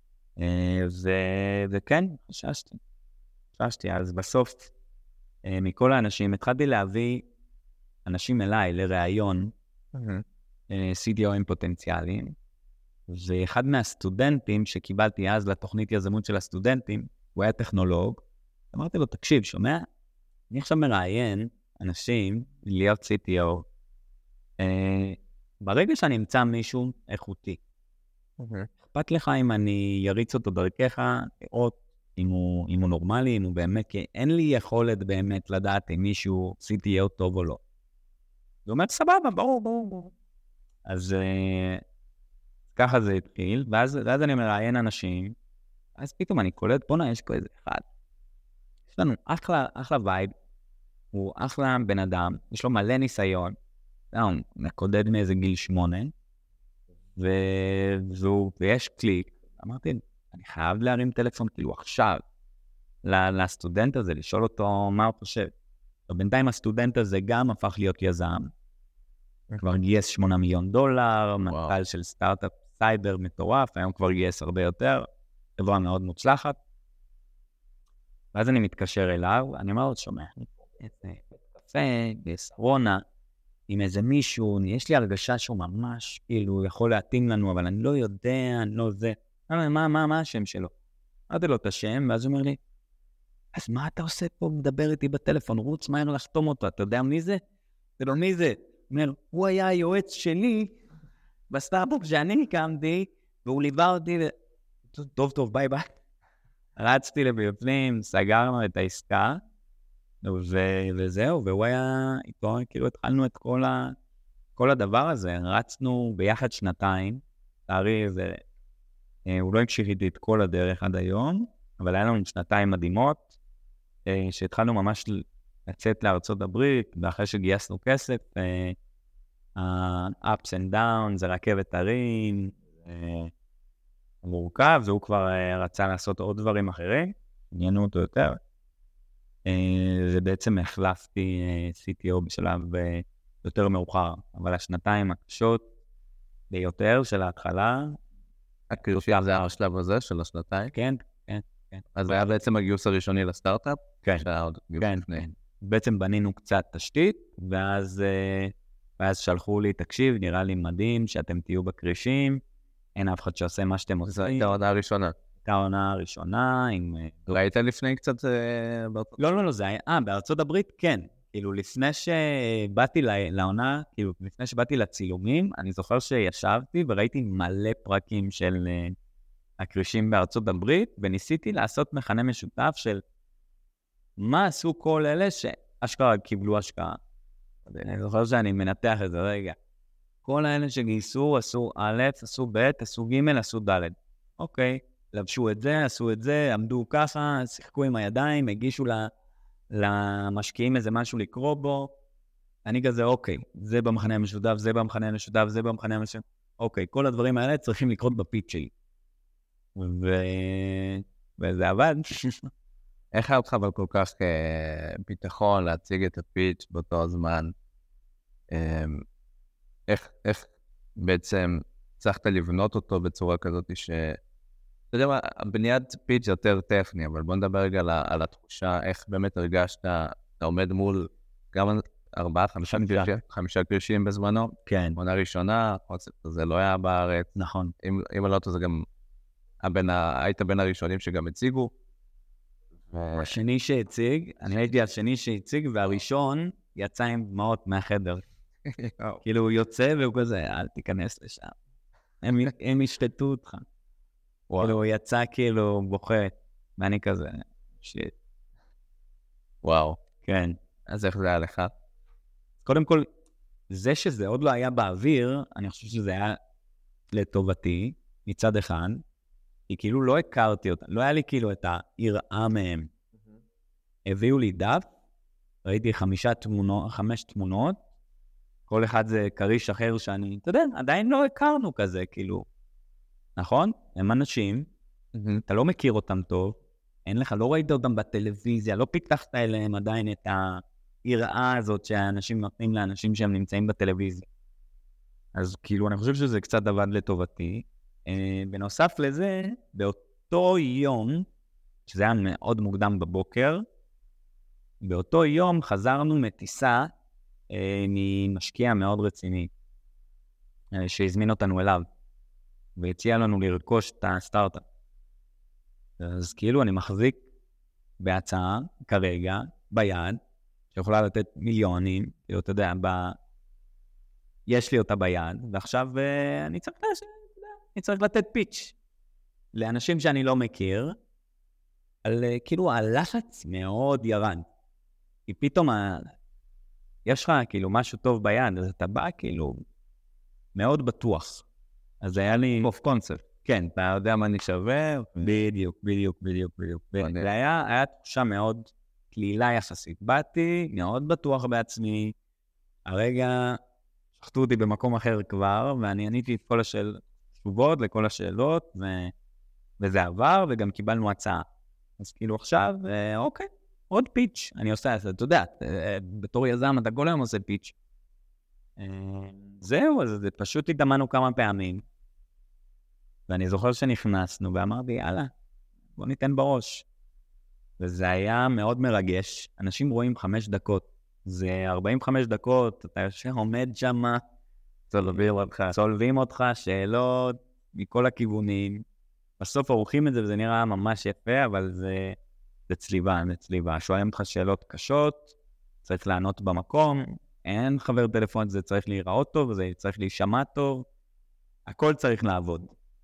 וכן, חששתי. חששתי, אז בסוף, מכל האנשים, התחלתי להביא אנשים אליי לרעיון, סי טי או-ים פוטנציאליים, ואחד מהסטודנטים שקיבלתי אז לתוכנית יזמות של הסטודנטים, הוא היה טכנולוג, אמרתי לו, תקשיב, שומע? אני עכשיו מראיין אנשים להיות סי טי או, ברגע שאני אמצא מישהו איכותי, אכפת לך אם אני יריץ אותו דרכך, לראות אם הוא, אם הוא נורמלי, אם הוא באמת, כי אין לי יכולת באמת לדעת אם מישהו סי טי או טוב או לא. הוא אומר, סבבה, ברור, ברור, ברור. אז uh, ככה זה התחיל, ואז, ואז אני מראיין אנשים, אז פתאום אני קולט, בונה, יש פה איזה אחד. יש לנו אחלה, אחלה וייב, הוא אחלה בן אדם, יש לו מלא ניסיון, הוא מקודד מאיזה גיל שמונה, ו... והוא... ויש קליק, אמרתי, אני חייב להרים טלפון כאילו עכשיו לסטודנט הזה, לשאול אותו מה הוא חושב. ובינתיים הסטודנט הזה גם הפך להיות יזם, כבר גייס שמונה מיליון דולר, מנכ"ל של סטארט-אפ סייבר מטורף, היום כבר גייס הרבה יותר, חברה מאוד מוצלחת. ואז אני מתקשר אליו, אני אומר לו, שומע, איזה קפה, בסרונה, עם איזה מישהו, יש לי הרגשה שהוא ממש, כאילו, יכול להתאים לנו, אבל אני לא יודע, אני לא זה. מה, מה, מה, מה השם שלו? אמרתי לו את השם, ואז הוא אומר לי, אז מה אתה עושה פה, מדבר איתי בטלפון, רוץ מהר לחתום אותו, אתה יודע מי זה? זה לא מי זה. הוא אומר, הוא היה היועץ שלי, בסטארט-אפ שאני הקמתי, והוא ליווה אותי, טוב, טוב, ביי ביי. רצתי לבפנים, סגרנו את העסקה, ו- וזהו, והוא היה איתו, כאילו התחלנו את כל, ה- כל הדבר הזה, רצנו ביחד שנתיים, תארי, זה, אה, הוא לא הקשיך איתי את כל הדרך עד היום, אבל היה לנו שנתיים מדהימות, אה, שהתחלנו ממש לצאת לארצות הברית, ואחרי שגייסנו כסף, אה, ה-ups and downs, זה רכבת הרים, אה, מורכב, והוא כבר אה, רצה לעשות עוד דברים אחרים, עניינו אותו יותר, ובעצם החלפתי סי טי או בשלב יותר מאוחר, אבל השנתיים הקשות ביותר של ההתחלה, כאילו זה היה השלב הזה של השנתיים? כן, כן, כן. אז זה היה בעצם הגיוס הראשוני לסטארט-אפ? כן, שהיה עוד גיוס כן, לפני. כן. בעצם בנינו קצת תשתית, ואז, ואז שלחו לי, תקשיב, נראה לי מדהים שאתם תהיו בקרישים, אין אף אחד שעושה מה שאתם עושים. זו הייתה העונה הראשונה. הייתה העונה הראשונה עם... ראית לפני קצת בארצות? לא, לא, לא, זה היה... אה, בארצות הברית כן. כאילו, לפני שבאתי לעונה, כאילו, לפני שבאתי לצילומים, אני זוכר שישבתי וראיתי מלא פרקים של הקרישים בארצות הברית, וניסיתי לעשות מכנה משותף של מה עשו כל אלה שאשכרה קיבלו השקעה. אני זוכר שאני מנתח את זה, רגע. כל האלה שגייסו, עשו א', עשו ב', עשו ג', עשו ד'. אוקיי, לבשו את זה, עשו את זה, עמדו ככה, שיחקו עם הידיים, הגישו למשקיעים איזה משהו לקרוא בו. אני כזה, אוקיי, זה במחנה המשותף, זה במחנה המשותף, זה במחנה המשותף. אוקיי, כל הדברים האלה צריכים לקרות בפיץ' שלי. ו... וזה עבד. איך היה אותך אבל כל כך ביטחון להציג את הפיץ' באותו הזמן? איך, איך בעצם צריכת לבנות אותו בצורה כזאת ש... אתה יודע מה, בניית פיץ' זה יותר טכני, אבל בוא נדבר רגע על, על התחושה, איך באמת הרגשת, אתה עומד מול גם ארבעה, חמישה, חמישה קרישים בזמנו. כן. עונה ראשונה, זה לא היה בארץ. נכון. אם, אם אני לא טועה, זה גם, הבין, היית בין הראשונים שגם הציגו. השני שהציג, אני הייתי השני שהציג, והראשון יצא עם דמעות מהחדר. כאילו הוא יוצא והוא כזה, אל תיכנס לשם. הם ישפטו אותך. כאילו הוא יצא כאילו בוכה, ואני כזה, שיט. וואו. כן. אז איך זה היה לך? קודם כל, זה שזה עוד לא היה באוויר, אני חושב שזה היה לטובתי, מצד אחד, כי כאילו לא הכרתי אותה, לא היה לי כאילו את היראה מהם. הביאו לי דף, ראיתי חמישה תמונות, חמש תמונות, כל אחד זה קריש אחר שאני, אתה יודע, עדיין לא הכרנו כזה, כאילו, נכון? הם אנשים, אתה לא מכיר אותם טוב, אין לך, לא ראית אותם בטלוויזיה, לא פיתחת אליהם עדיין את היראה הזאת שהאנשים נותנים לאנשים שהם נמצאים בטלוויזיה. אז כאילו, אני חושב שזה קצת עבד לטובתי. בנוסף לזה, באותו יום, שזה היה מאוד מוקדם בבוקר, באותו יום חזרנו מטיסה אה, ממשקיע מאוד רציני, אה, שהזמין אותנו אליו, והציע לנו לרכוש את הסטארט-אפ. אז כאילו אני מחזיק בהצעה, כרגע, ביד, שיכולה לתת מיליונים, כאילו, אתה יודע, ב... יש לי אותה ביד, ועכשיו אה, אני צריך להשאר. אני צריך לתת פיץ' לאנשים שאני לא מכיר, על כאילו הלחץ מאוד ירד. כי פתאום ה... יש לך כאילו משהו טוב ביד, אז אתה בא כאילו מאוד בטוח. אז היה לי... אוף קונספט. כן. אתה יודע מה אני שווה? בדיוק, בדיוק, בדיוק, בדיוק. זה היה, היה תחושה מאוד כלילה יחסית. באתי מאוד בטוח בעצמי, הרגע שחטו אותי במקום אחר כבר, ואני עניתי את כל השאלות, תשובות לכל השאלות, ו... וזה עבר, וגם קיבלנו הצעה. אז כאילו עכשיו, אוקיי, עוד פיץ', אני עושה את זה, אתה יודע, בתור יזם אתה כל היום עושה פיץ'. זהו, אז זה פשוט התאמנו כמה פעמים, ואני זוכר שנכנסנו, ואמרתי, יאללה, בוא ניתן בראש. וזה היה מאוד מרגש, אנשים רואים חמש דקות, זה ארבעים וחמש דקות, אתה יושב, עומד שם, צולבים אותך. צולבים אותך, שאלות מכל הכיוונים. בסוף עורכים את זה, וזה נראה ממש יפה, אבל זה, זה צליבה, זה צליבה. שואלים אותך שאלות קשות, צריך לענות במקום, אין חבר טלפון, זה צריך להיראות טוב, זה צריך להישמע טוב, הכל צריך לעבוד.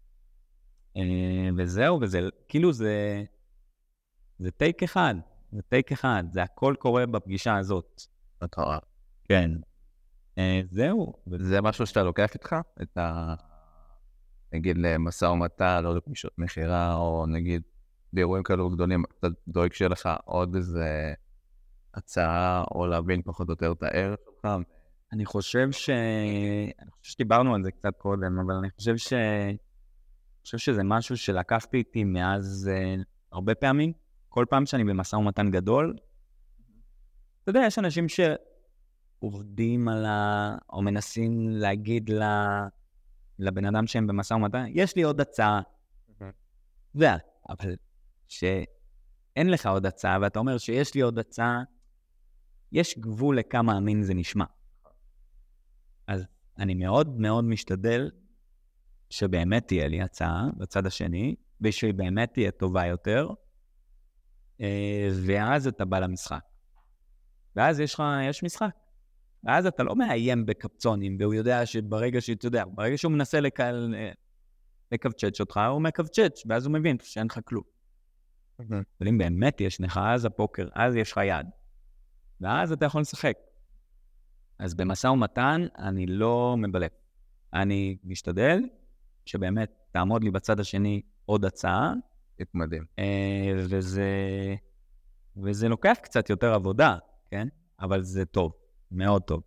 וזהו, וזה, כאילו זה, זה טייק אחד, זה טייק אחד, זה הכל קורה בפגישה הזאת. אתה רואה. כן. זהו. זה משהו שאתה לוקח איתך? את ה... נגיד למסע ומתן, לא לפגישות מחירה, או נגיד באירועים כאלו גדולים, אתה דואג שיהיה לך עוד איזה הצעה, או להבין פחות או יותר את הערך שלך? אני חושב ש... אני חושב שדיברנו על זה קצת קודם, אבל אני חושב ש... אני חושב שזה משהו שלקחתי איתי מאז uh, הרבה פעמים. כל פעם שאני במסע ומתן גדול, אתה יודע, יש אנשים שעובדים על ה... או מנסים להגיד לה... לבן אדם שהם במסע ומתן, יש לי עוד הצעה. זה, אבל שאין לך עוד הצעה, ואתה אומר שיש לי עוד הצעה, יש גבול לכמה אמין זה נשמע. אז אני מאוד מאוד משתדל שבאמת תהיה לי הצעה בצד השני, ושהיא באמת תהיה טובה יותר, ואז אתה בא למשחק. ואז יש לך, יש משחק. ואז אתה לא מאיים בקפצונים, והוא יודע שברגע שאתה יודע, ברגע שהוא מנסה לקל, לקבצ'ץ' אותך, הוא מקבצ'ץ', ואז הוא מבין שאין לך כלום. אבל אם באמת יש לך, אז הפוקר, אז יש לך יד. ואז אתה יכול לשחק. אז במשא ומתן אני לא מבלק. אני משתדל שבאמת תעמוד לי בצד השני עוד הצעה. מדהים. וזה, וזה לוקח קצת יותר עבודה, כן? אבל זה טוב, מאוד טוב.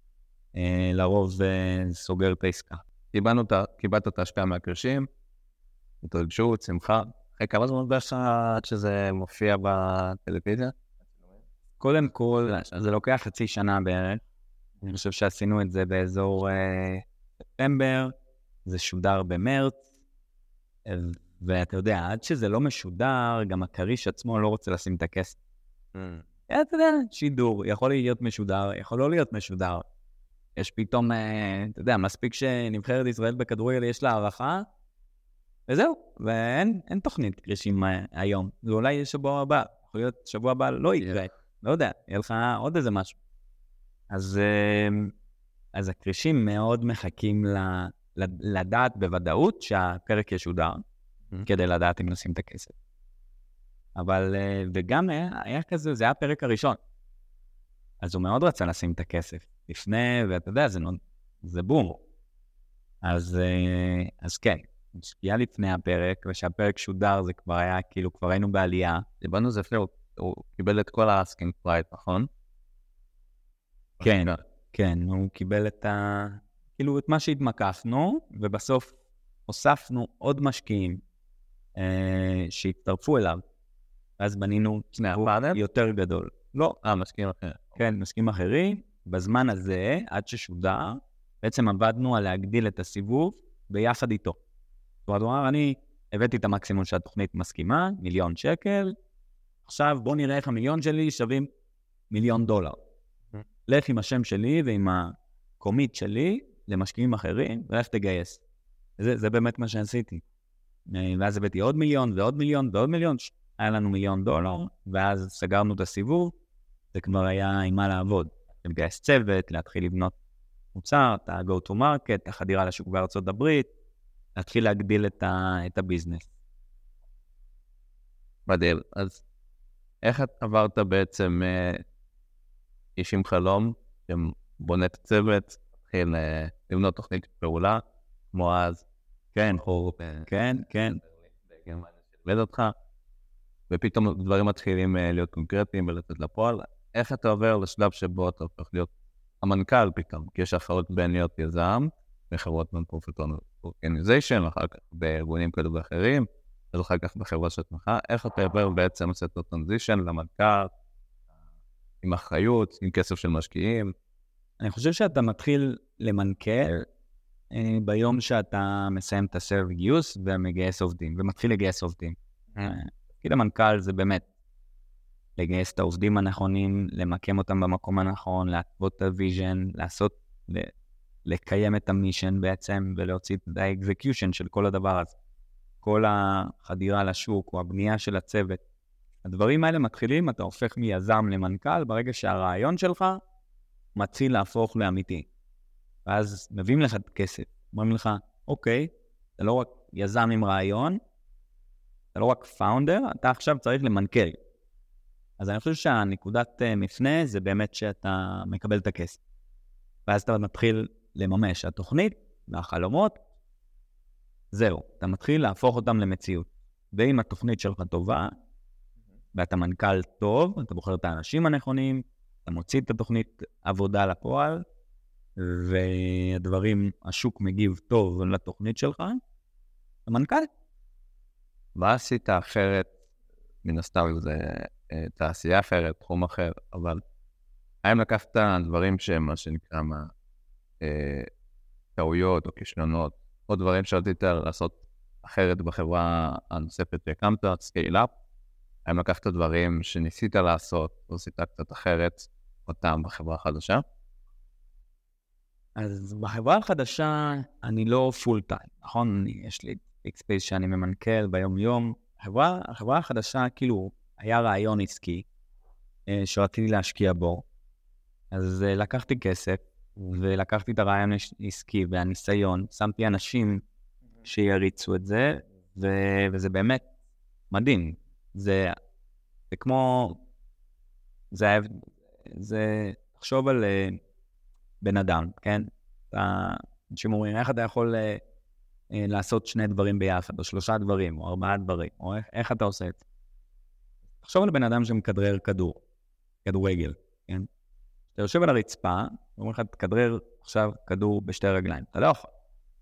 לרוב זה סוגר את העסקה. קיבלת את ההשפעה מהקרשים, התרגשות, שמחה. אחרי כמה זמן בערך עד שזה מופיע בטלוויזיה? קודם כל, זה לוקח חצי שנה בערך. אני חושב שעשינו את זה באזור ספטמבר, זה שודר במרץ, ואתה יודע, עד שזה לא משודר, גם הקריש עצמו לא רוצה לשים את הכסף. אתה יודע, שידור, יכול להיות משודר, יכול לא להיות משודר. יש פתאום, אתה יודע, מספיק שנבחרת ישראל בכדורגל יש לה הערכה, וזהו, ואין אין תוכנית קרישים היום. זה אולי יש שבוע הבא, יכול להיות שבוע הבא לא יקרה, לא יודע, יהיה לך עוד איזה משהו. אז, אז הקרישים מאוד מחכים לדעת בוודאות שהפרק ישודר, כדי לדעת אם נשים את הכסף. אבל, וגם היה, היה כזה, זה היה הפרק הראשון. אז הוא מאוד רצה לשים את הכסף לפני, ואתה יודע, זה, זה בום. אז, אז כן, משקיע לפני הפרק, ושהפרק שודר זה כבר היה, כאילו כבר היינו בעלייה. דיברנו זה לפני, הוא, הוא קיבל את כל האסקינג פרייט, נכון? כן, כן, הוא קיבל את ה... כאילו את מה שהתמקפנו, ובסוף הוספנו עוד משקיעים אה, שהצטרפו אליו, ואז בנינו יותר גדול. לא, אה, משקיעים אחרים. כן, משקיעים אחרים. בזמן הזה, עד ששודר, בעצם עבדנו על להגדיל את הסיבוב ביחד איתו. זאת אומרת, אני הבאתי את המקסימום שהתוכנית מסכימה, מיליון שקל, עכשיו בוא נראה איך המיליון שלי שווים מיליון דולר. לך עם השם שלי ועם הקומית שלי למשקיעים אחרים, ולך תגייס. זה, זה באמת מה שעשיתי. ואז הבאתי עוד מיליון ועוד מיליון ועוד מיליון, היה לנו מיליון דולר, ואז סגרנו את הסיבוב, זה כבר היה עם מה לעבוד. לגייס צוות, להתחיל לבנות מוצר, את ה-go to market, החדירה לשוק בארצות הברית, להתחיל להגדיל את, ה- את הביזנס. מדהים. אז איך את עברת בעצם אה, איש עם חלום, שבונה את הצוות, התחיל אה, לבנות תוכנית פעולה, כמו אז, כן, או, כן, כן. לבד אותך, ופתאום דברים מתחילים אה, להיות קונקרטיים ולתת לפועל. איך אתה עובר לשלב שבו אתה הופך להיות המנכ"ל פתאום? כי יש אחרות בין להיות יזם, בחברות non-profit organization, אחר כך בארגונים כאלו ואחרים, אז אחר כך בחברה שתמכה. איך אתה עובר בעצם לעשות את הטרנזישן למנכ"ל, עם אחריות, עם כסף של משקיעים? אני חושב שאתה מתחיל למנכ"ל אה, ביום שאתה מסיים את הסרב גיוס ומגייס עובדים, ומתחיל לגייס עובדים. כי למנכ"ל זה באמת לגייס את העובדים הנכונים, למקם אותם במקום הנכון, להתוות את הוויז'ן, לעשות, לקיים את המישן בעצם, ולהוציא את האקזקיושן של כל הדבר הזה. כל החדירה לשוק, או הבנייה של הצוות. הדברים האלה מתחילים, אתה הופך מיזם למנכ"ל, ברגע שהרעיון שלך מתחיל להפוך לאמיתי. ואז מביאים לך את כסף. אומרים לך, אוקיי, אתה לא רק יזם עם רעיון, אתה לא רק פאונדר, אתה עכשיו צריך למנכ"ל. אז אני חושב שהנקודת מפנה זה באמת שאתה מקבל את הכסף. ואז אתה מתחיל לממש התוכנית והחלומות, זהו, אתה מתחיל להפוך אותם למציאות. ואם התוכנית שלך טובה, ואתה מנכ"ל טוב, אתה בוחר את האנשים הנכונים, אתה מוציא את התוכנית עבודה לפועל, והדברים, השוק מגיב טוב לתוכנית שלך, אתה מנכ"ל. מה עשית אחרת? מן הסתם זה תעשייה אחרת, תחום אחר, אבל האם לקחת דברים שהם מה שנקרא מה, אה, טעויות או כישלונות, או דברים שרצית לעשות אחרת בחברה הנוספת שהקמת, סקייל אפ, האם לקחת דברים שניסית לעשות, או עשית קצת אחרת, אותם בחברה החדשה? אז בחברה החדשה אני לא פול טיים, נכון? אני, יש לי אקספייס שאני ממנכ"ל ביום יום. החברה, החברה החדשה, כאילו, היה רעיון עסקי אה, שרציתי להשקיע בו. אז אה, לקחתי כסף, ולקחתי את הרעיון העסקי והניסיון, שמתי אנשים שיריצו את זה, ו- וזה באמת מדהים. זה, זה כמו, זה, זה, תחשוב על uh, בן אדם, כן? אתה, אנשים אומרים, איך אתה יכול uh, uh, לעשות שני דברים ביחד, או שלושה דברים, או ארבעה דברים, או איך, איך אתה עושה את זה? תחשוב על בן אדם שמכדרר כדור, כדורגל, כן? אתה יושב על הרצפה, ואומר לך, תכדרר עכשיו כדור בשתי רגליים. אתה לא יכול.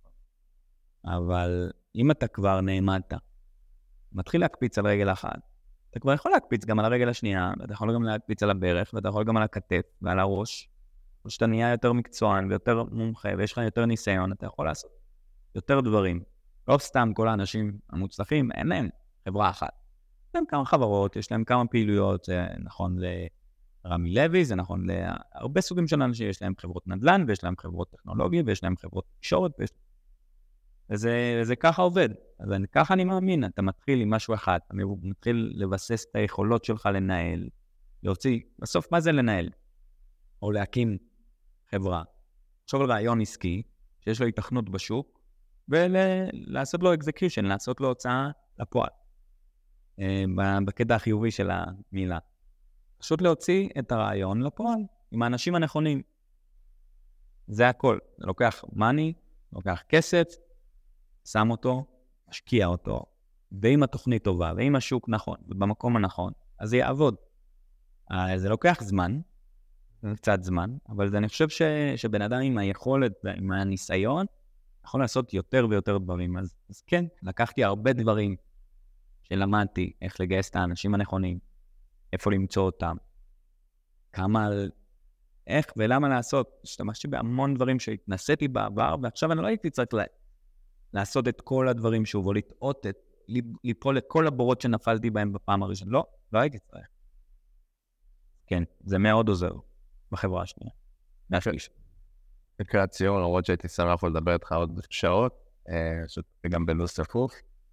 אבל אם אתה כבר נעמדת, מתחיל להקפיץ על רגל אחת, אתה כבר יכול להקפיץ גם על הרגל השנייה, ואתה יכול גם להקפיץ על הברך, ואתה יכול גם על הכתף ועל הראש. או שאתה נהיה יותר מקצוען ויותר מומחה, ויש לך יותר ניסיון, אתה יכול לעשות יותר דברים. לא סתם כל האנשים המוצלחים, אין להם חברה אחת. יש להם כמה חברות, יש להם כמה פעילויות, זה נכון לרמי לוי, זה נכון להרבה סוגים של אנשים, יש להם חברות נדל"ן, ויש להם חברות טכנולוגיה, ויש להם חברות תקשורת, ויש... וזה, וזה ככה עובד. אז אני, ככה אני מאמין, אתה מתחיל עם משהו אחד, אתה מתחיל לבסס את היכולות שלך לנהל, להוציא, בסוף מה זה לנהל? או להקים חברה. לחשוב על רעיון עסקי, שיש לו התכנות בשוק, ולעשות לו execution, לעשות לו הוצאה לפועל. בקטע החיובי של המילה. פשוט להוציא את הרעיון לפועל, עם האנשים הנכונים. זה הכל. זה לוקח money, לוקח כסף, שם אותו, משקיע אותו, ואם התוכנית טובה, ואם השוק נכון, ובמקום הנכון, אז זה יעבוד. זה לוקח זמן, קצת זמן, אבל אני חושב ש, שבן אדם עם היכולת, עם הניסיון, יכול לעשות יותר ויותר דברים. אז, אז כן, לקחתי הרבה דברים שלמדתי, איך לגייס את האנשים הנכונים, איפה למצוא אותם, כמה, איך ולמה לעשות. השתמשתי בהמון דברים שהתנסיתי בעבר, ועכשיו אני לא הייתי צריך לה, לעשות את כל הדברים שוב, או לטעות, ליפול את כל הבורות שנפלתי בהם בפעם הראשונה. לא, לא הייתי צריך. כן, זה מאוד עוזר בחברה השנייה. להשליש. לקראת ציון, למרות שהייתי שמח לדבר איתך עוד שעות, שגם בלו"ז צפוף.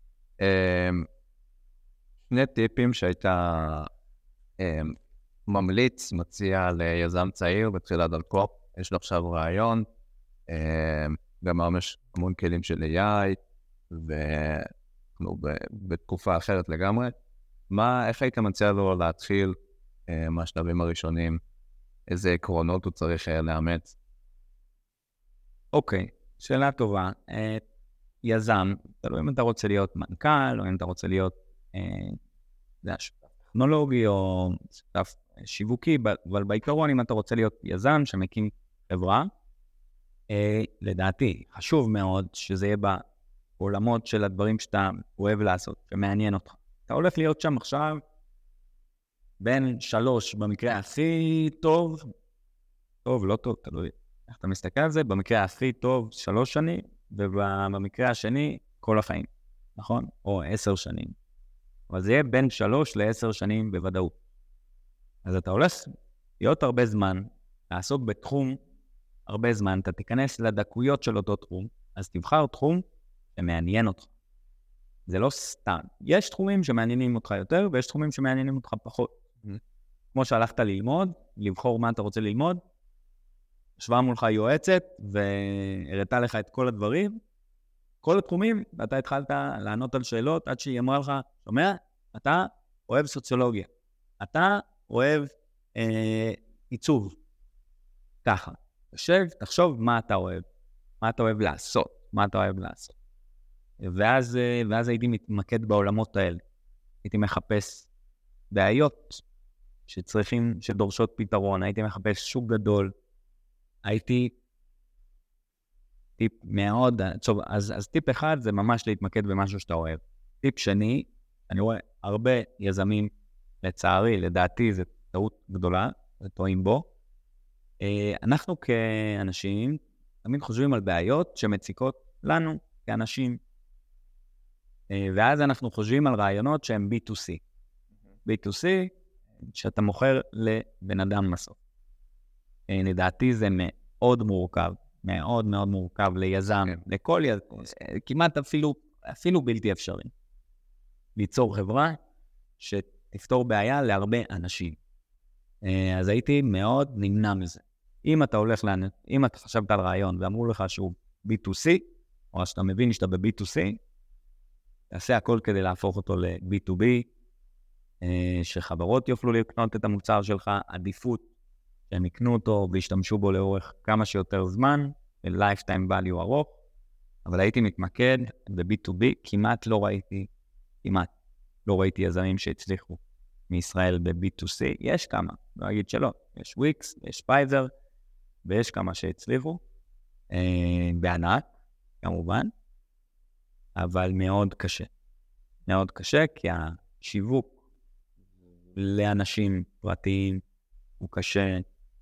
שני טיפים שהיית ממליץ, מציע ליזם צעיר בתחילת דרכו. יש לו עכשיו רעיון, גם ממש המון כלים של איי איי, ובתקופה אחרת לגמרי. מה, איך היית מציע לו להתחיל מהשלבים הראשונים? איזה עקרונות הוא צריך לאמץ? אוקיי, שאלה טובה. יזם, תלוי אם אתה רוצה להיות מנכ"ל, או אם אתה רוצה להיות שותף טכנולוגי, או שותף שיווקי, אבל בעיקרון אם אתה רוצה להיות יזם שמקים חברה, לדעתי חשוב מאוד שזה יהיה בעולמות של הדברים שאתה אוהב לעשות, שמעניין אותך. אתה הולך להיות שם עכשיו, בין שלוש, במקרה הכי טוב, טוב, לא טוב, תלוי איך אתה מסתכל על זה, במקרה הכי טוב, שלוש שנים, ובמקרה השני, כל החיים, נכון? או עשר שנים. אבל זה יהיה בין שלוש לעשר שנים בוודאות. אז אתה הולך להיות הרבה זמן, לעסוק בתחום הרבה זמן, אתה תיכנס לדקויות של אותו תחום, אז תבחר תחום שמעניין אותך. זה לא סתם. יש תחומים שמעניינים אותך יותר, ויש תחומים שמעניינים אותך פחות. כמו שהלכת ללמוד, לבחור מה אתה רוצה ללמוד, ישבה מולך יועצת, והראתה לך את כל הדברים, כל התחומים, ואתה התחלת לענות על שאלות, עד שהיא אמרה לך, שומע, אתה אוהב סוציולוגיה, אתה אוהב אה, עיצוב, ככה. תשב, תחשוב מה אתה אוהב, מה אתה אוהב לעשות, מה אתה אוהב לעשות. ואז, ואז הייתי מתמקד בעולמות האלה. הייתי מחפש בעיות שצריכים, שדורשות פתרון. הייתי מחפש שוק גדול. הייתי טיפ מאוד, טוב, אז, אז טיפ אחד זה ממש להתמקד במשהו שאתה אוהב. טיפ שני, אני רואה הרבה יזמים, לצערי, לדעתי, זו טעות גדולה, זה טועים בו. אנחנו כאנשים תמיד חושבים על בעיות שמציקות לנו כאנשים. ואז אנחנו חושבים על רעיונות שהם בי טו סי. בי טו סי, שאתה מוכר לבן אדם בסוף. אה, לדעתי זה מאוד מורכב, מאוד מאוד מורכב ליזם, לכל יזם, כמעט אפילו, אפילו בלתי אפשרי. ליצור חברה שתפתור בעיה להרבה אנשים. אה, אז הייתי מאוד נמנע מזה. אם אתה הולך, לה... אם אתה חשבת על רעיון ואמרו לך שהוא בי טו סי, או שאתה מבין שאתה ב-בי טו סי, תעשה הכל כדי להפוך אותו ל-בי טו בי, שחברות יוכלו לקנות את המוצר שלך, עדיפות שהם יקנו אותו וישתמשו בו לאורך כמה שיותר זמן, ל-lifetime value ארוך, אבל הייתי מתמקד ב-בי טו בי, כמעט לא ראיתי, כמעט לא ראיתי יזמים שהצליחו מישראל ב-בי טו סי, יש כמה, לא אגיד שלא, יש וויקס, יש פייזר, ויש כמה שהצליחו, אה, בענק, כמובן, אבל מאוד קשה. מאוד קשה, כי השיווק לאנשים פרטיים הוא קשה,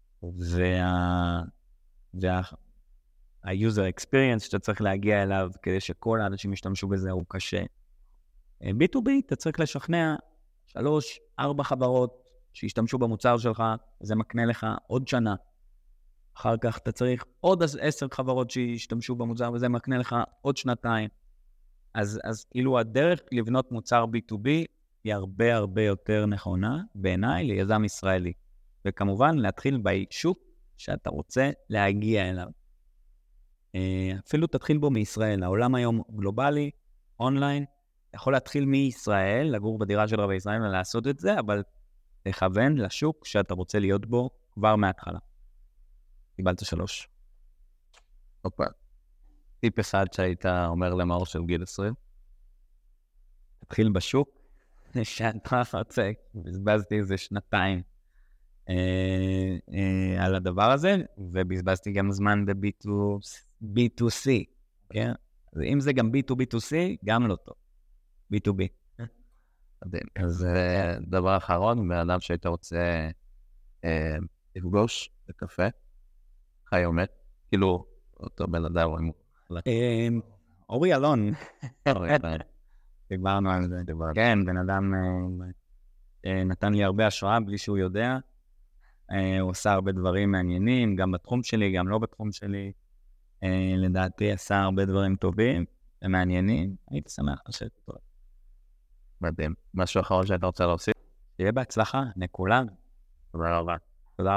וה... וה... ה-user experience שאתה צריך להגיע אליו כדי שכל האנשים ישתמשו בזה הוא קשה. בי טו בי אתה צריך לשכנע שלוש, ארבע חברות שישתמשו במוצר שלך, זה מקנה לך עוד שנה. אחר כך אתה צריך עוד עשר חברות שישתמשו במוצר, וזה מקנה לך עוד שנתיים. אז, אז אילו הדרך לבנות מוצר בי טו בי היא הרבה הרבה יותר נכונה בעיניי ליזם ישראלי. וכמובן להתחיל בשוק שאתה רוצה להגיע אליו. אפילו תתחיל בו מישראל. העולם היום גלובלי, אונליין, אתה יכול להתחיל מישראל, לגור בדירה שלך בישראל ולעשות את זה, אבל תכוון לשוק שאתה רוצה להיות בו כבר מההתחלה. קיבלת שלוש. אופה. טיפ אחד שהיית אומר למאור של גיל עשרים? תתחיל בשוק, שאתה רוצה, בזבזתי איזה שנתיים אה, אה, על הדבר הזה, ובזבזתי גם זמן ב-בי טו סי, כן? אז אם זה גם בי טו בי טו סי, גם לא טוב. בי טו בי. אז דבר אחרון, באדם שהיית רוצה לפגוש בקפה, חי עומד, כאילו אותו בן אדם רואים. אורי אלון. דיברנו על זה. כן, בן אדם נתן לי הרבה השראה בלי שהוא יודע. הוא עושה הרבה דברים מעניינים, גם בתחום שלי, גם לא בתחום שלי. לדעתי עשה הרבה דברים טובים ומעניינים. הייתי שמח לשבת אותו. מדהים. משהו אחרון שאתה רוצה להוסיף? שיהיה בהצלחה, לכולם. תודה רבה.